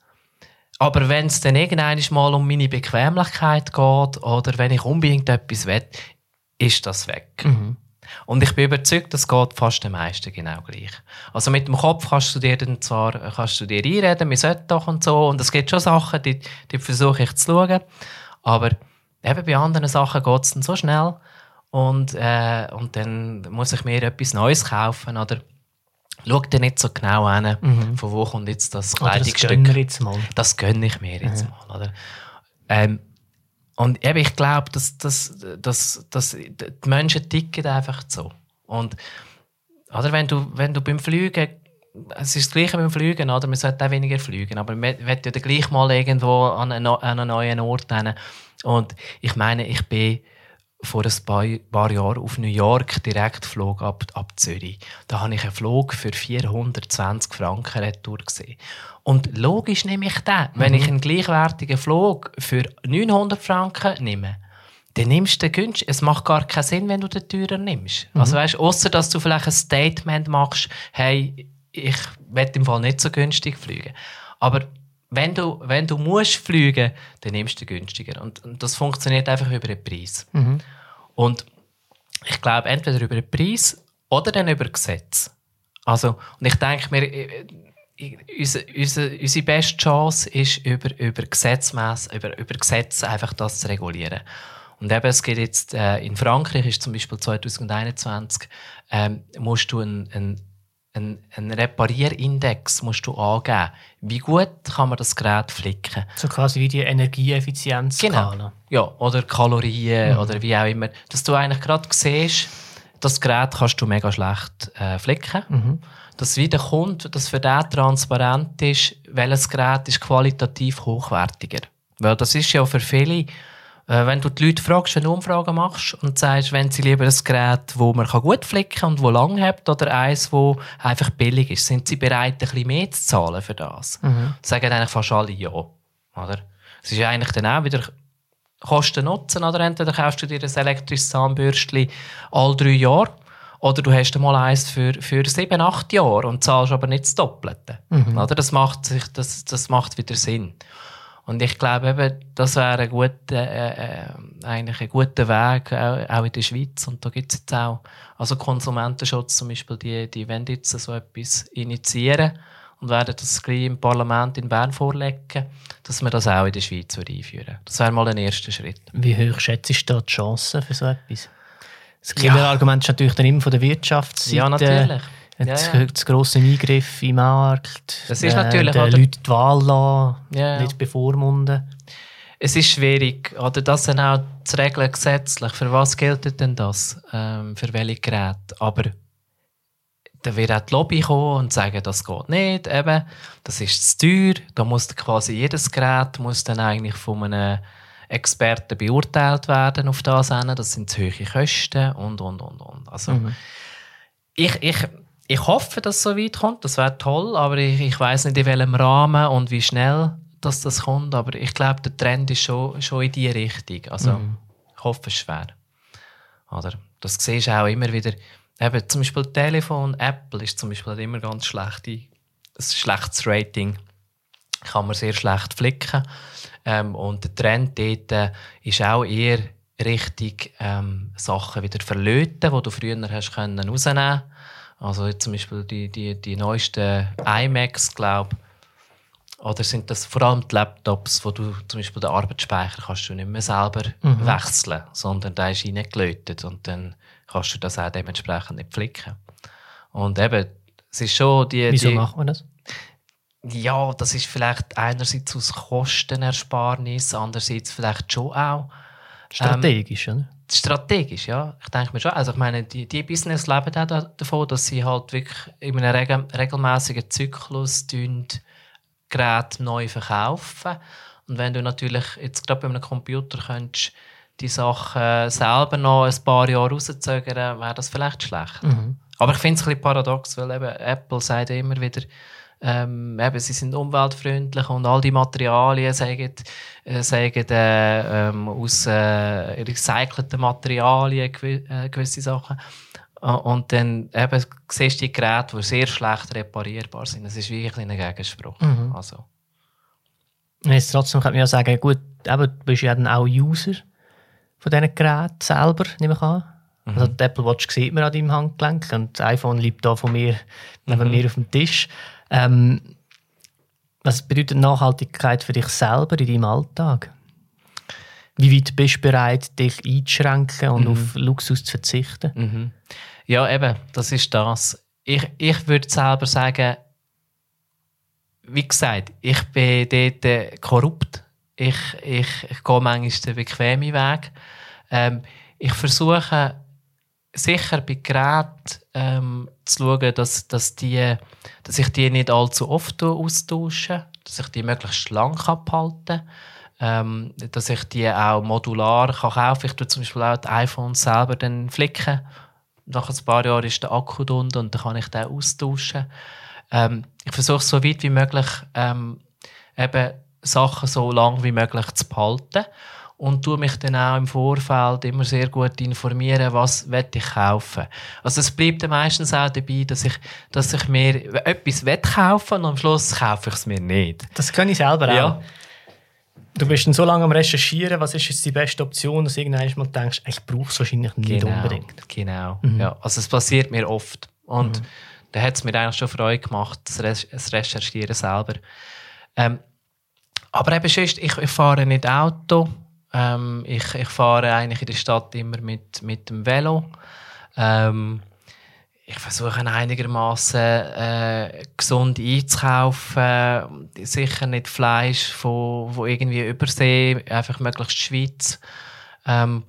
Aber wenn es dann irgendwann mal um meine Bequemlichkeit geht oder wenn ich unbedingt etwas will, ist das weg. Mhm. Und ich bin überzeugt, das geht fast den meisten genau gleich. Also mit dem Kopf kannst du dir dann zwar kannst du dir einreden, wir sollten doch und so, und es gibt schon Sachen, die, die versuche ich zu schauen, aber eben bei anderen Sachen geht es dann so schnell und, äh, und dann muss ich mir etwas Neues kaufen oder schau dir nicht so genau an, Mhm. von wo kommt jetzt das Oder das Kleidungsstück. gönnen wir jetzt mal. Das gönne ich mir jetzt Mhm. mal. Oder? Ähm, und eben, ich glaube, dass, dass, dass, dass die Menschen ticken einfach so. Und oder wenn, du, wenn du beim Fliegen, es ist das Gleiche beim Fliegen, oder? Man sollte auch weniger fliegen, aber man will ja dann gleich mal irgendwo an einen, an einen neuen Ort hin. Und ich meine, ich bin vor ein paar, paar Jahren auf New York direkt flog ab, ab Zürich. Da habe ich einen Flug für vierhundertzwanzig Franken retour gesehen. Und logisch nehme ich den. Mhm. Wenn ich einen gleichwertigen Flug für neunhundert Franken nehme, dann nimmst du den günstig. Es macht gar keinen Sinn, wenn du den teurer nimmst. Mhm. Also weißt, ausser dass du vielleicht ein Statement machst, hey, ich will im Fall nicht so günstig fliegen. Aber wenn du, wenn du musst fliegen, dann nimmst du den günstiger. Und, und das funktioniert einfach über den Preis. Mhm. Und ich glaube, entweder über den Preis oder dann über Gesetz. Also, und ich denke mir, unsere, unsere, unsere beste Chance ist, über, über, Gesetzmäß, über, über Gesetze einfach das zu regulieren. Und eben, es geht jetzt, äh, in Frankreich ist zum Beispiel zwanzig einundzwanzig, ähm, musst du ein, ein Ein, ein Reparierindex musst du angeben. Wie gut kann man das Gerät flicken? So quasi wie die Energieeffizienzskala. Genau. Ja, oder Kalorien Mhm. oder wie auch immer. Dass du eigentlich gerade siehst, das Gerät kannst du mega schlecht äh, flicken. Mhm. Dass wieder kommt, dass für den transparent ist, welches Gerät ist qualitativ hochwertiger. Weil das ist ja für viele, äh, wenn du die Leute fragst, wenn du Umfragen machst und sagst, wenn sie lieber ein Gerät, das man gut flicken kann und das lang hat, oder eins, das einfach billig ist, sind sie bereit, ein bisschen mehr zu zahlen für das? Mhm. Sagen eigentlich fast alle ja. Oder? Es ist eigentlich dann auch wieder Kosten-Nutzen. Oder? Entweder kaufst du dir ein elektrisches Zahnbürstchen alle drei Jahre oder du hast mal eins für, für sieben, acht Jahre und zahlst aber nicht das Doppelte. Mhm. Oder? Das, macht sich, das, das macht wieder Sinn. Und ich glaube, eben, das wäre ein guter, äh, äh, eigentlich ein guter Weg, auch, auch in der Schweiz. Und da gibt es jetzt auch, also Konsumentenschutz zum Beispiel, die, die wollen jetzt so etwas initiieren und werden das gleich im Parlament in Bern vorlegen, dass wir das auch in der Schweiz einführen würden. Das wäre mal ein erster Schritt. Wie hoch schätzt du da die Chancen für so etwas? Das Killerargument ist natürlich dann immer von der Wirtschaftsseite. Ja, natürlich. Das, Ja, ja. das grosse Eingriff im Markt. Das ist natürlich, den oder? Leuten die Wahl lassen, Ja, ja. nicht bevormunden. Es ist schwierig, oder das dann auch zu regeln gesetzlich. Für was gilt denn das? Ähm, für welche Geräte? Aber da wird auch die Lobby kommen und sagen, das geht nicht. Eben, das ist zu teuer. Da muss quasi jedes Gerät muss dann eigentlich von einem Experten beurteilt werden auf das hin. Das sind zu hohe Kosten und, und, und, und. Also, Mhm. ich, ich, ich hoffe, dass es so weit kommt. Das wäre toll, aber ich, ich weiss nicht, in welchem Rahmen und wie schnell dass das kommt. Aber ich glaube, der Trend ist schon, schon in diese Richtung. Also, Mhm. ich hoffe, es ist schwer. Oder? Das siehst du auch immer wieder. Eben, zum Beispiel Telefon, Apple ist zum Beispiel immer ganz schlecht. Ein schlechtes Rating. Kann man sehr schlecht flicken. Ähm, und der Trend dort äh, ist auch eher Richtung ähm, Sachen wieder verlöten, die du früher hast können rausnehmen. Also jetzt zum Beispiel die, die, die neuesten iMacs, glaube ich, oder sind das vor allem die Laptops, wo du zum Beispiel den Arbeitsspeicher kannst du nicht mehr selber mhm. wechseln, sondern der ist reingelötet und dann kannst du das auch dementsprechend nicht flicken. Und eben, es ist schon die... Wieso die, macht man das? Ja, das ist vielleicht einerseits aus Kostenersparnis, andererseits vielleicht schon auch... Strategisch, ähm, oder? Strategisch, ja. Ich denke mir schon. Also ich meine, die, die Business leben auch davon, dass sie halt wirklich in einem regel, regelmäßigen Zyklus Geräte neu verkaufen. Und wenn du natürlich jetzt gerade bei einem Computer könntest, die Sachen selber noch ein paar Jahre rauszögern, wäre das vielleicht schlecht. Mhm. Aber ich finde es ein bisschen paradox, weil eben Apple sagt immer wieder, ähm, eben, sie sind umweltfreundlich und all die Materialien sagen, äh, sagen äh, ähm, aus äh, recycelten Materialien gew äh, gewisse Sachen. Und dann eben, siehst du die Geräte, die sehr schlecht reparierbar sind. Das ist wirklich ein Gegenspruch. Mhm. Also. Jetzt trotzdem kann man ja sagen, gut, eben, du bist ja dann auch User von diesen Geräten selber, nehme ich an. Mhm. Also die Apple Watch sieht man an deinem Handgelenk und das iPhone liegt da von mir neben mhm. mir auf dem Tisch. Ähm, was bedeutet Nachhaltigkeit für dich selber in deinem Alltag? Wie weit bist du bereit, dich einzuschränken und mhm. auf Luxus zu verzichten? Mhm. Ja, eben, das ist das. Ich, ich würde selber sagen, wie gesagt, ich bin dort äh, korrupt. Ich, ich, ich gehe manchmal den bequemen Weg. Ähm, ich versuche sicher bei Geräten ähm, zu schauen, dass, dass, die, dass ich die nicht allzu oft austausche, dass ich die möglichst lang abhalten kann. Ähm, dass ich die auch modular kann kaufen kann. Ich tue zum Beispiel auch die iPhones selber dann flicken. Nach ein paar Jahren ist der Akku drunter und dann kann ich den austauschen. Ähm, ich versuche so weit wie möglich ähm, eben Sachen so lang wie möglich zu behalten und tue mich dann auch im Vorfeld immer sehr gut informieren, was ich kaufen will. Also es bleibt dann meistens auch dabei, dass ich, dass ich mir etwas kaufen will und am Schluss kaufe ich es mir nicht. Das kann ich selber ja. auch. Du bist dann so lange am Recherchieren, was ist jetzt die beste Option, dass du irgendwann mal denkst, ich brauche es wahrscheinlich nicht genau, unbedingt. Genau, mhm. ja. Also es passiert mir oft. Und mhm. da hat es mir eigentlich schon Freude gemacht, das, Re das Recherchieren selber. Ähm, aber eben sonst, ich, ich fahre nicht Auto. Ähm, ich, ich fahre eigentlich in der Stadt immer mit, mit dem Velo. Ähm, Ich versuche einigermaßen äh, gesund einzukaufen. Sicher nicht Fleisch von, von irgendwie Übersee, einfach möglichst Schweiz. Ähm,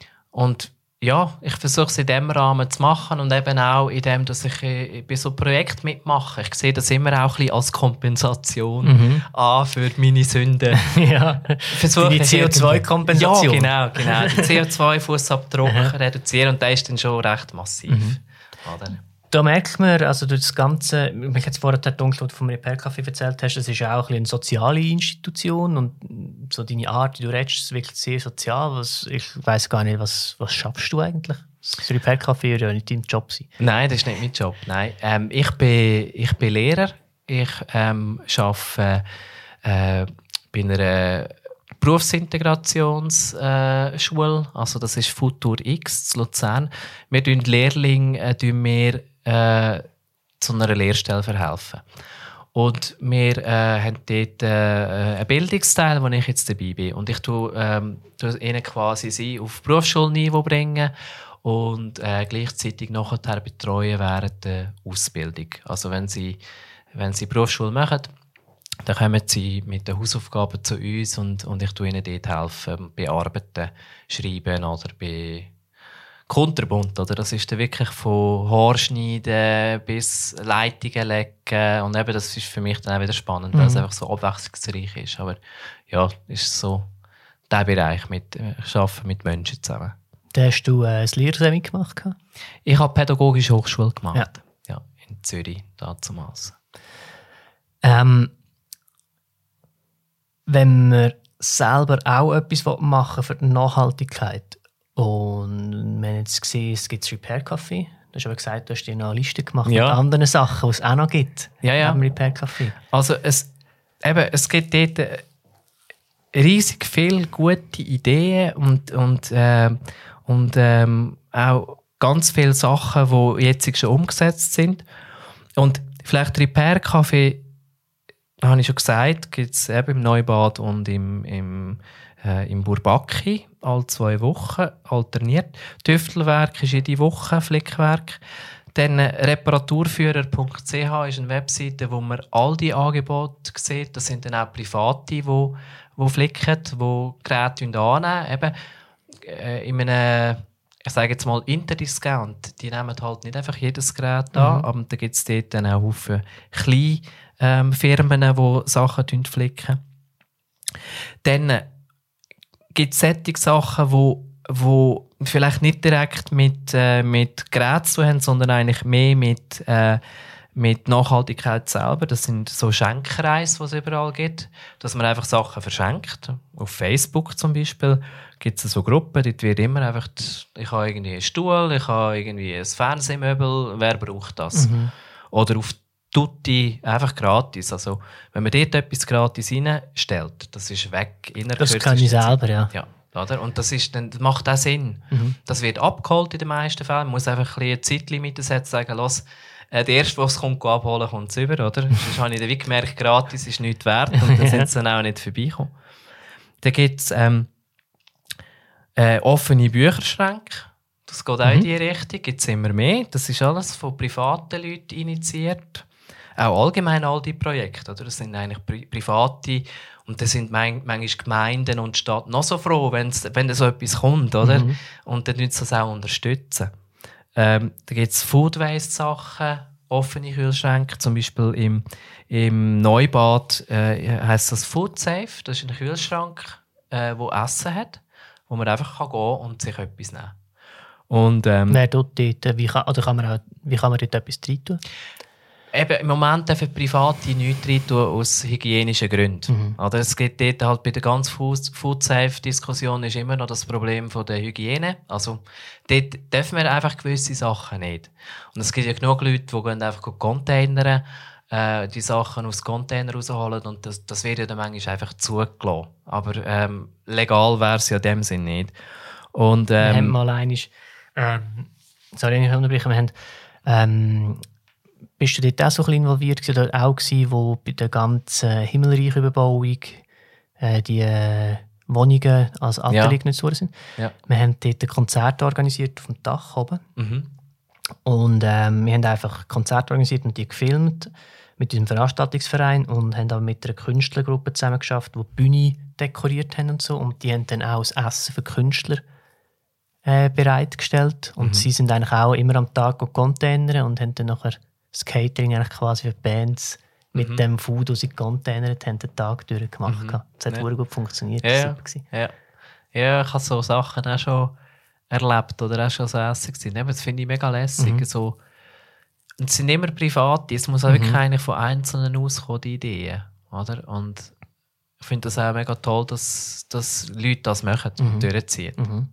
und ja, ich versuche es in diesem Rahmen zu machen und eben auch in dem, dass ich bei so Projekten mitmache. Ich sehe das immer auch ein bisschen als Kompensation mhm. an für meine Sünden. ja, die C O zwei Kompensation. Ja, genau, genau. Den C O zwei Fußabdruck reduzieren und der ist dann schon recht massiv. Mhm. Oder? Da merkt man, also durch das Ganze, ich habe jetzt vorher dunkel von einem Repair-Café erzählt hast, das ist ja auch ein eine soziale Institution und so deine Art, wie du redest, ist wirklich sehr sozial. Was, ich weiss gar nicht, was, was schaffst du eigentlich? Das Repair-Café wird ja nicht dein Job sein. Nein, das ist nicht mein Job. Nein. Ähm, ich, bin, ich bin Lehrer. Ich ähm, arbeite äh, bei einer Berufsintegrationsschule, äh, also das ist Futur X in Luzern. Wir tun Lehrlinge äh, tun wir, äh, zu einer Lehrstelle verhelfen. Und wir äh, haben dort äh, einen Bildungsteil, wo ich jetzt dabei bin. Und ich tue, ähm, tue ihnen quasi sie auf Berufsschulniveau bringen und äh, gleichzeitig nachher betreuen während der Ausbildung. Also wenn sie, wenn sie Berufsschule machen, dann kommen sie mit den Hausaufgaben zu uns und, und ich tue ihnen dort helfen, bearbeiten, schreiben oder bei Kunterbunt. Oder? Das ist dann wirklich von Haarschneiden bis Leitungen legen. Und eben, das ist für mich dann auch wieder spannend, mhm. weil es einfach so abwechslungsreich ist. Aber ja, ist so der Bereich mit äh, Arbeiten mit Menschen zusammen. Da hast du äh, ein Lehrsemi gemacht? Ich habe Pädagogische Hochschule gemacht. Ja. Ja, in Zürich, damals. Ähm, wenn man selber auch etwas machen will für die Nachhaltigkeit und wir haben jetzt gesehen, es gibt das Repair-Café. Du hast aber gesagt, du hast dir noch eine Liste gemacht ja. mit anderen Sachen, die es auch noch gibt. Ja, ja. Am Repair-Café. Also es, eben, es gibt dort riesig viele gute Ideen und, und, äh, und ähm, auch ganz viele Sachen, die jetzt schon umgesetzt sind. Und vielleicht Repair Café, habe ich schon gesagt, gibt es eben im Neubad und im, im, äh, im Bourbaki alle zwei Wochen alterniert. Tüftelwerk ist jede Woche Flickwerk. Dann reparaturführer punkt c h ist eine Webseite, wo man all die Angebote sieht. Das sind dann auch Private, die, die flicken, die Geräte annehmen. Eben, äh, in einem, ich sage jetzt mal, Interdiscount, die nehmen halt nicht einfach jedes Gerät an, mhm. aber da gibt es dort dann auch viele kleine ähm, Firmen, die Sachen flicken. Dann gibt es solche Sachen, die wo vielleicht nicht direkt mit, äh, mit Geräten zu tun haben, sondern eigentlich mehr mit, äh, mit Nachhaltigkeit selber. Das sind so Schenkreise, die es überall gibt, dass man einfach Sachen verschenkt. Auf Facebook zum Beispiel gibt es so Gruppen, dort wird immer einfach, ich habe irgendwie einen Stuhl, ich habe irgendwie ein Fernsehmöbel, wer braucht das? Mhm. Oder auf Tutti einfach gratis. Also, wenn man dort etwas gratis reinstellt, das ist weg. Das kann ich selber, ja. ja. Oder? Und das, ist dann, das macht auch Sinn. Mhm. Das wird abgeholt in den meisten Fällen. Man muss einfach ein bisschen Zeitlimite setzen, sagen, los, äh, der Erste, der es kommt, abholen, kommt es über. Oder? Sonst habe ich dann gemerkt, gratis ist nichts wert und dann sind sie dann auch nicht vorbeikommen. Dann gibt es ähm, äh, offene Bücherschränke. Das geht auch mhm. in diese Richtung. Gibt es immer mehr. Das ist alles von privaten Leuten initiiert. Auch allgemein all diese Projekte. Oder? Das sind eigentlich Pri- private. Und da sind manchmal Gemeinden und Stadt noch so froh, wenn's, wenn da so etwas kommt. Oder? Mhm. Und dann nützt das auch unterstützen. Ähm, da gibt es Food-Waste-Sachen, offene Kühlschränke. Zum Beispiel im, im Neubad äh, heisst das Food Safe. Das ist ein Kühlschrank, der äh, Essen hat, wo man einfach kann gehen und sich etwas nehmen kann. Und, ähm, Wer dort, dort, wie, kann, oder kann man auch, wie kann man dort etwas rein tun? Eben, im Moment dürfen Private nichts rein tun aus hygienischen Gründen. Mhm. Oder es geht dort halt bei der ganzen Food-Safe-Diskussion ist immer noch das Problem von der Hygiene. Also dort dürfen wir einfach gewisse Sachen nicht. Und es gibt ja genug Leute, die gehen einfach Container, äh, die Sachen aus Container rausholen und das, das wird ja dann manchmal einfach zugelassen. Aber ähm, legal wäre es ja in dem Sinn nicht. Und, ähm, wir haben mal einmal, ähm, sorry, ich unterbrechen, wir haben ähm, bist du dort auch so ein bisschen involviert gewesen, oder auch gewesen, wo bei der ganzen Himmelreich-Überbauung äh, die äh, Wohnungen als Atelier ja. genutzt worden sind? Ja. Wir haben dort ein Konzert organisiert auf dem Dach oben. Mhm. Und ähm, wir haben einfach Konzerte organisiert und die gefilmt mit unserem Veranstaltungsverein und haben auch mit einer Künstlergruppe zusammen geschafft, die die Bühne dekoriert haben und so. Und die haben dann auch das Essen für Künstler äh, bereitgestellt. Und mhm. sie sind eigentlich auch immer am Tag Container und haben dann nachher das Catering eigentlich quasi für die Bands mit mhm. dem Food, das sie containert haben, den Tag durch gemacht. Mhm. Das hat ja. gut funktioniert. Ja, das war ja. ja, ich habe so Sachen auch schon erlebt oder auch schon so Essen gesehen. Das finde ich mega lässig. Mhm. So. Und es sind immer Private. Es muss auch mhm. wirklich eine von Einzelnen auskommen, die Ideen. Oder? Und ich finde das auch mega toll, dass, dass Leute das machen und mhm. durchziehen. Mhm.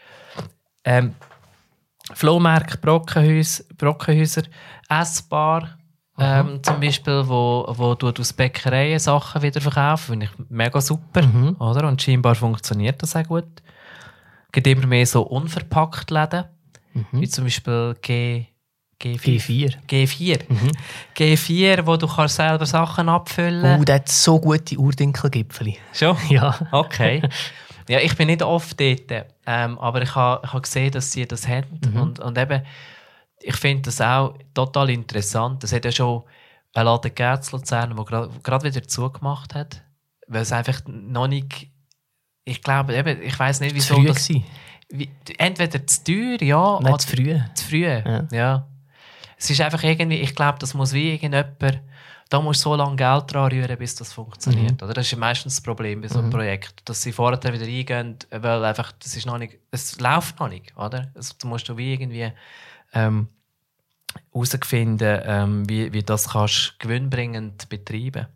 Ähm, Flohmarkt, Brockenhäuser, Brockenhäuser essbar, ähm, zum Beispiel, wo, wo du aus Bäckereien Sachen wieder verkaufen, finde ich mega super. Mhm. Oder? Und scheinbar funktioniert das auch gut. Es gibt immer mehr so unverpackt Läden, mhm. wie zum Beispiel G, G vier. G vier. Mhm. G vier, wo du kannst selber Sachen abfüllen kannst. Oh, der hat so gute Urdinkelgipfeli. Schon? Ja. Okay. Ja, ich bin nicht oft dort, ähm, aber ich habe ha gesehen, dass sie das haben. Mhm. Und, und eben, ich finde das auch total interessant. Es hat ja schon einen Laden gegeben in Luzern, der gerade wieder zugemacht hat, weil es einfach noch nicht, ich glaube, eben, ich weiss nicht, wieso zu früh das... Wie, entweder zu teuer, ja, Nein, zu früh. Zu früh, ja. ja. Es ist einfach irgendwie, ich glaube, das muss wie irgendjemand... Da musst du so lange Geld dran rühren, bis das funktioniert. Mhm. Oder? Das ist ja meistens das Problem bei so einem mhm. Projekt. Dass sie vorher wieder eingehen, weil einfach, das ist noch nicht, es läuft noch nicht. Oder? Also, da musst du wie irgendwie ähm, herausfinden, ähm, wie, wie das kannst gewinnbringend betreiben.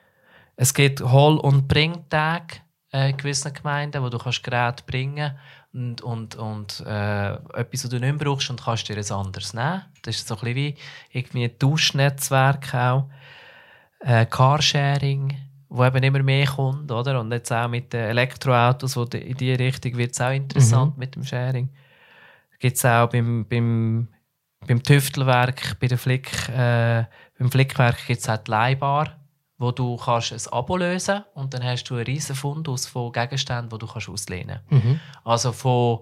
Es gibt Hol- und Bringtage äh, in gewissen Gemeinden, wo du kannst Geräte bringen und, und, und äh, etwas, was du nicht mehr brauchst, und kannst dir ein anderes nehmen. Das ist so ein bisschen wie irgendwie ein Tauschnetzwerk auch. Äh, Carsharing, wo eben immer mehr kommt, oder? Und jetzt auch mit den Elektroautos, wo in diese Richtung wird es auch interessant mhm. mit dem Sharing. gibt es auch beim, beim, beim Tüftelwerk, bei der Flick, äh, beim Flickwerk gibt es auch die Leihbar, wo du kannst ein Abo lösen kannst und dann hast du einen riesen Fundus von Gegenständen, die du kannst auslehnen kannst. Mhm. Also von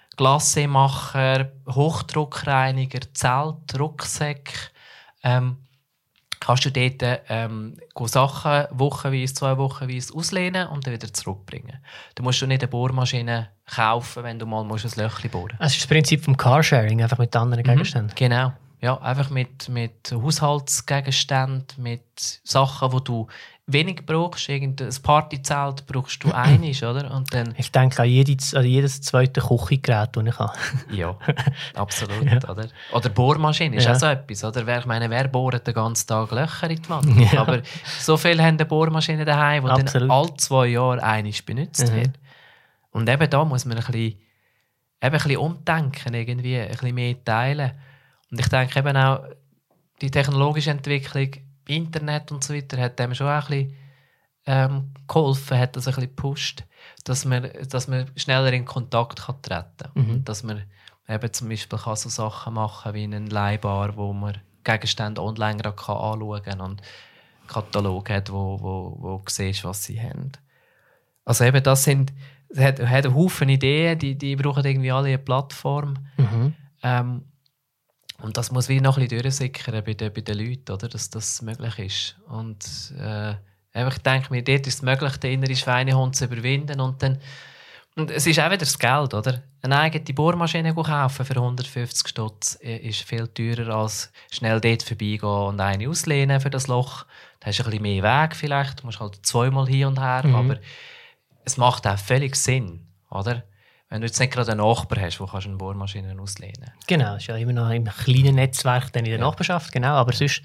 Glacémacher, Hochdruckreiniger, Zelt, Rucksäcke. Ähm, kannst du dort ähm, Sachen wochenweise, zwei Wochenweise auslehnen und dann wieder zurückbringen. Du musst du nicht eine Bohrmaschine kaufen, wenn du mal ein Löchchen bohren musst. Das ist das Prinzip des Carsharing, einfach mit anderen Gegenständen. Mhm, genau. Ja, einfach mit, mit Haushaltsgegenständen, mit Sachen, die du wenig brauchst. Irgendein Partyzelt brauchst du einiges, oder? Und dann ich denke an, jede, an jedes zweite Küchengerät, das ich habe. Ja, absolut. Ja. Oder, oder Bohrmaschine ist ja. auch so etwas. Oder? Ich meine, wer bohrt den ganzen Tag Löcher in die Wand? Ja. Aber so viele haben eine Bohrmaschine daheim, die absolut. dann alle zwei Jahre einmal benutzt mhm. wird. Und eben da muss man ein bisschen, eben ein bisschen umdenken, irgendwie, ein bisschen mehr teilen. Und ich denke eben auch, die technologische Entwicklung, Internet und so weiter, hat dem schon auch ein bisschen ähm, geholfen, hat das ein bisschen gepusht, dass man, dass man schneller in Kontakt kann treten kann. Mhm. Dass man eben zum Beispiel kann so Sachen machen kann wie einen Leihbar, wo man Gegenstände online gerade kann anschauen kann und einen Katalog hat, wo, wo, wo du siehst, was sie haben. Also eben das sind, es hat, hat einen Haufen Ideen, die, die brauchen irgendwie alle eine Plattform. Mhm. Ähm, Und das muss wie noch ein bisschen durchsickern bei den, bei den Leuten, oder? Dass das möglich ist. Und äh, ich denke mir, dort ist es möglich, den inneren Schweinehund zu überwinden. Und, dann, und es ist auch wieder das Geld, oder? Eine eigene Bohrmaschine kaufen für hundertfünfzig Stutz ist viel teurer, als schnell dort vorbeigehen und eine auslehnen für das Loch. Da hast du ein bisschen mehr Weg vielleicht, du musst halt zweimal hin und her, mhm. aber es macht auch völlig Sinn, oder? Wenn du jetzt nicht gerade einen Nachbar hast, wo kannst du eine Bohrmaschine auslehnen kannst. Genau, das ist ja immer noch ein kleines Netzwerk dann in der ja. Nachbarschaft, genau. Aber sonst,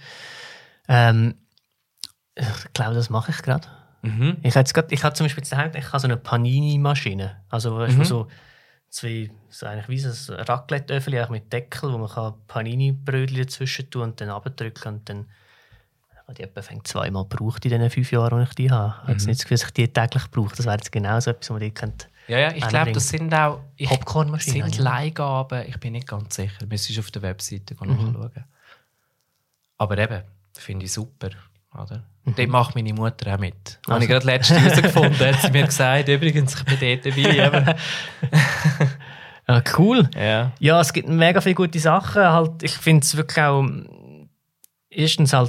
ähm, ich glaube, das mache ich gerade. Mhm. Ich habe ich habe zum Beispiel daheim, ich habe so eine Panini-Maschine. Also weißt, mhm. so zwei, so eigentlich wie so ein Raclette-Öffel mit Deckel, wo man kann Panini-Brötchen dazwischen tun und dann abdrücken und dann die etwa zweimal gebraucht in den fünf Jahren, die ich die habe. Ich habe jetzt nicht das Gefühl, dass ich die täglich brauche. Das wäre jetzt genau so etwas, was man die kennt. Ja, ja, ich glaube, das sind auch Popcornmaschinen. Sind Leihgaben. Ich bin nicht ganz sicher. Du müsstest auf der Webseite mhm. nachschauen. Aber eben, finde ich super. Oder? Mhm. Dort macht meine Mutter auch mit. Also. Habe ich gerade letztens herausgefunden, hat sie mir gesagt, übrigens, ich bin dort dabei. Ja, cool. Ja. Ja, es gibt mega viele gute Sachen. Halt, ich finde es wirklich auch erstens halt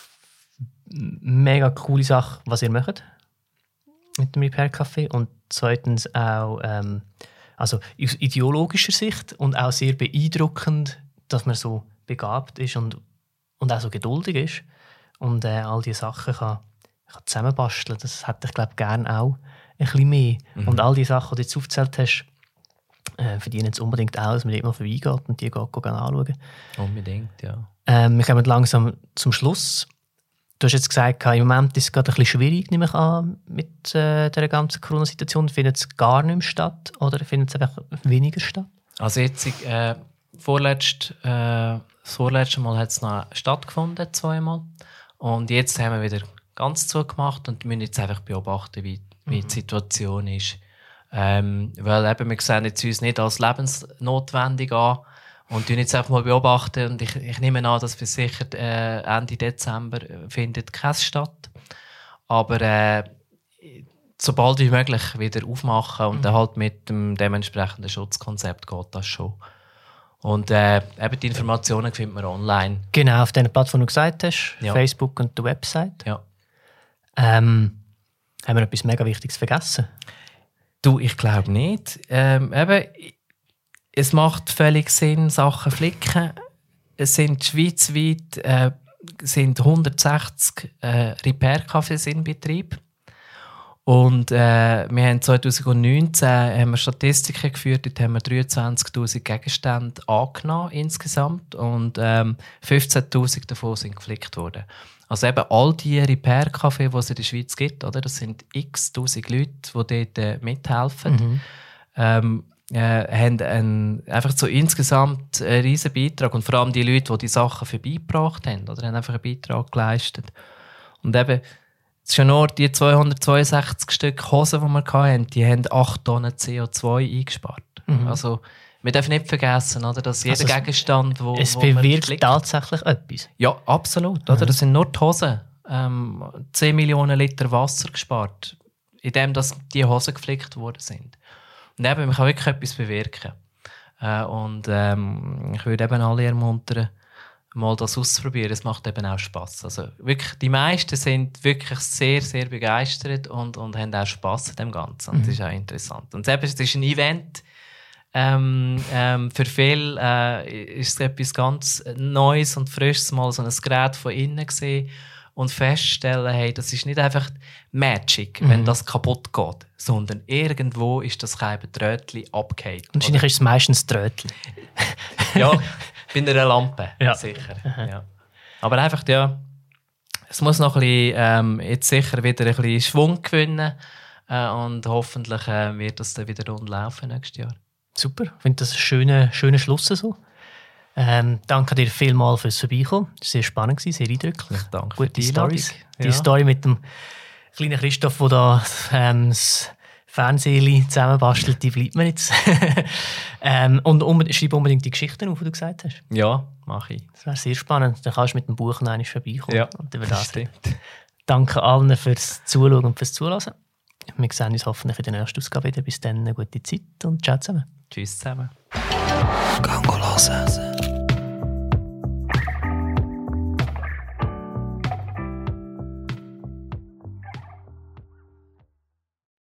mega coole Sache, was ihr macht mit dem Repair Café und zweitens auch ähm, also aus ideologischer Sicht und auch sehr beeindruckend, dass man so begabt ist und, und auch so geduldig ist und äh, all diese Sachen kann, kann zusammenbasteln. Das hätte ich glaube gerne auch ein bisschen mehr. Mhm. Und all die Sachen, die du jetzt aufgezählt hast, äh, verdienen jetzt unbedingt auch, dass man dort mal vorbeigeht und die geht, geht anschauen. Unbedingt, ja. Ähm, wir kommen langsam zum Schluss. Du hast jetzt gesagt, im Moment ist es gerade ein bisschen schwierig, nehme ich an, mit äh, der ganzen Corona-Situation. Findet es gar nicht mehr statt oder findet es einfach weniger statt? Also jetzt, äh, vorletzt, äh, das vorletzte Mal hat es noch stattgefunden, zweimal. Und jetzt haben wir wieder ganz zugemacht und müssen jetzt einfach beobachten, wie, wie mhm. die Situation ist. Ähm, weil eben, wir sehen jetzt uns nicht als lebensnotwendig an. Und wir jetzt einfach mal beobachten. Und ich, ich nehme an, dass bis sicher äh, Ende Dezember findet keins statt. Aber äh, sobald wie möglich wieder aufmachen und mhm. dann halt mit dem dementsprechenden Schutzkonzept geht das schon. Und äh, eben die Informationen findet man online. Genau, auf den Plattformen, die du gesagt hast, ja. Facebook und der Website. Ja. Ähm, haben wir etwas mega Wichtiges vergessen? Du, ich glaube nicht. Ähm, eben, es macht völlig Sinn, Sachen flicken. Es sind schweizweit äh, sind hundertsechzig äh, Repair-Cafés in Betrieb. Und äh, wir haben zwanzig neunzehn haben wir Statistiken geführt, dort haben wir dreiundzwanzigtausend Gegenstände angenommen insgesamt und ähm, fünfzehntausend davon sind geflickt worden. Also eben all die Repair-Cafés, die es in der Schweiz gibt, oder? Das sind x tausend Leute, die dort äh, mithelfen. Mhm. Ähm, äh, haben einen, einfach so insgesamt einen riesen Beitrag und vor allem die Leute, die die Sachen vorbeigebracht haben, oder haben einfach einen Beitrag geleistet. Und eben, es sind ja nur die zweihundertzweiundsechzig Stück Hosen, die wir hatten, die haben acht Tonnen C O zwei eingespart. Mhm. Also wir dürfen nicht vergessen, oder, dass jeder also Gegenstand, wo es wo bewirkt tatsächlich etwas. Ja, absolut. Oder? Das sind nur die Hosen. Ähm, zehn Millionen Liter Wasser gespart, indem dass die Hosen geflickt worden sind. Und eben, man kann wirklich etwas bewirken. Äh, und ähm, ich würde eben alle ermuntern, mal das auszuprobieren. Es macht eben auch Spass. Also wirklich, die meisten sind wirklich sehr, sehr begeistert und, und haben auch Spass an dem Ganzen. Und mhm. das ist auch interessant. Und eben, es ist ein Event. Ähm, ähm, für viele äh, ist es etwas ganz Neues und Frisches, mal so ein Gerät von innen gesehen und feststellen, hey, das ist nicht einfach Magic, mhm. wenn das kaputt geht, sondern irgendwo ist das kleine Trötchen abgehakt. Wahrscheinlich ist es meistens Trötchen. Ja, bei einer Lampe, ja. sicher. Mhm. Ja. Aber einfach, ja, es muss noch ein bisschen, ähm, jetzt sicher wieder ein bisschen Schwung gewinnen äh, und hoffentlich äh, wird das dann wieder rund laufen nächstes Jahr. Super, ich finde das ein schöner, schöner Schluss so. Ähm, danke dir vielmals fürs Vorbeikommen. Es war sehr spannend, sehr eindrücklich. Danke Gute die Storys. Ja. Die Story mit dem kleinen Christoph, der da ähm, das Fernsehli zusammenbastelt, die bleibt mir jetzt. ähm, und unbedingt, schreib unbedingt die Geschichten auf, die du gesagt hast. Ja, mache ich. Das wäre sehr spannend. Dann kannst du mit dem Buch noch einmal vorbeikommen. Ja, und über das stimmt. Danke allen fürs Zuschauen und fürs Zuhören. Wir sehen uns hoffentlich in der nächsten Ausgabe wieder. Bis dann eine gute Zeit und ciao zusammen. Tschüss zusammen. Gang hören.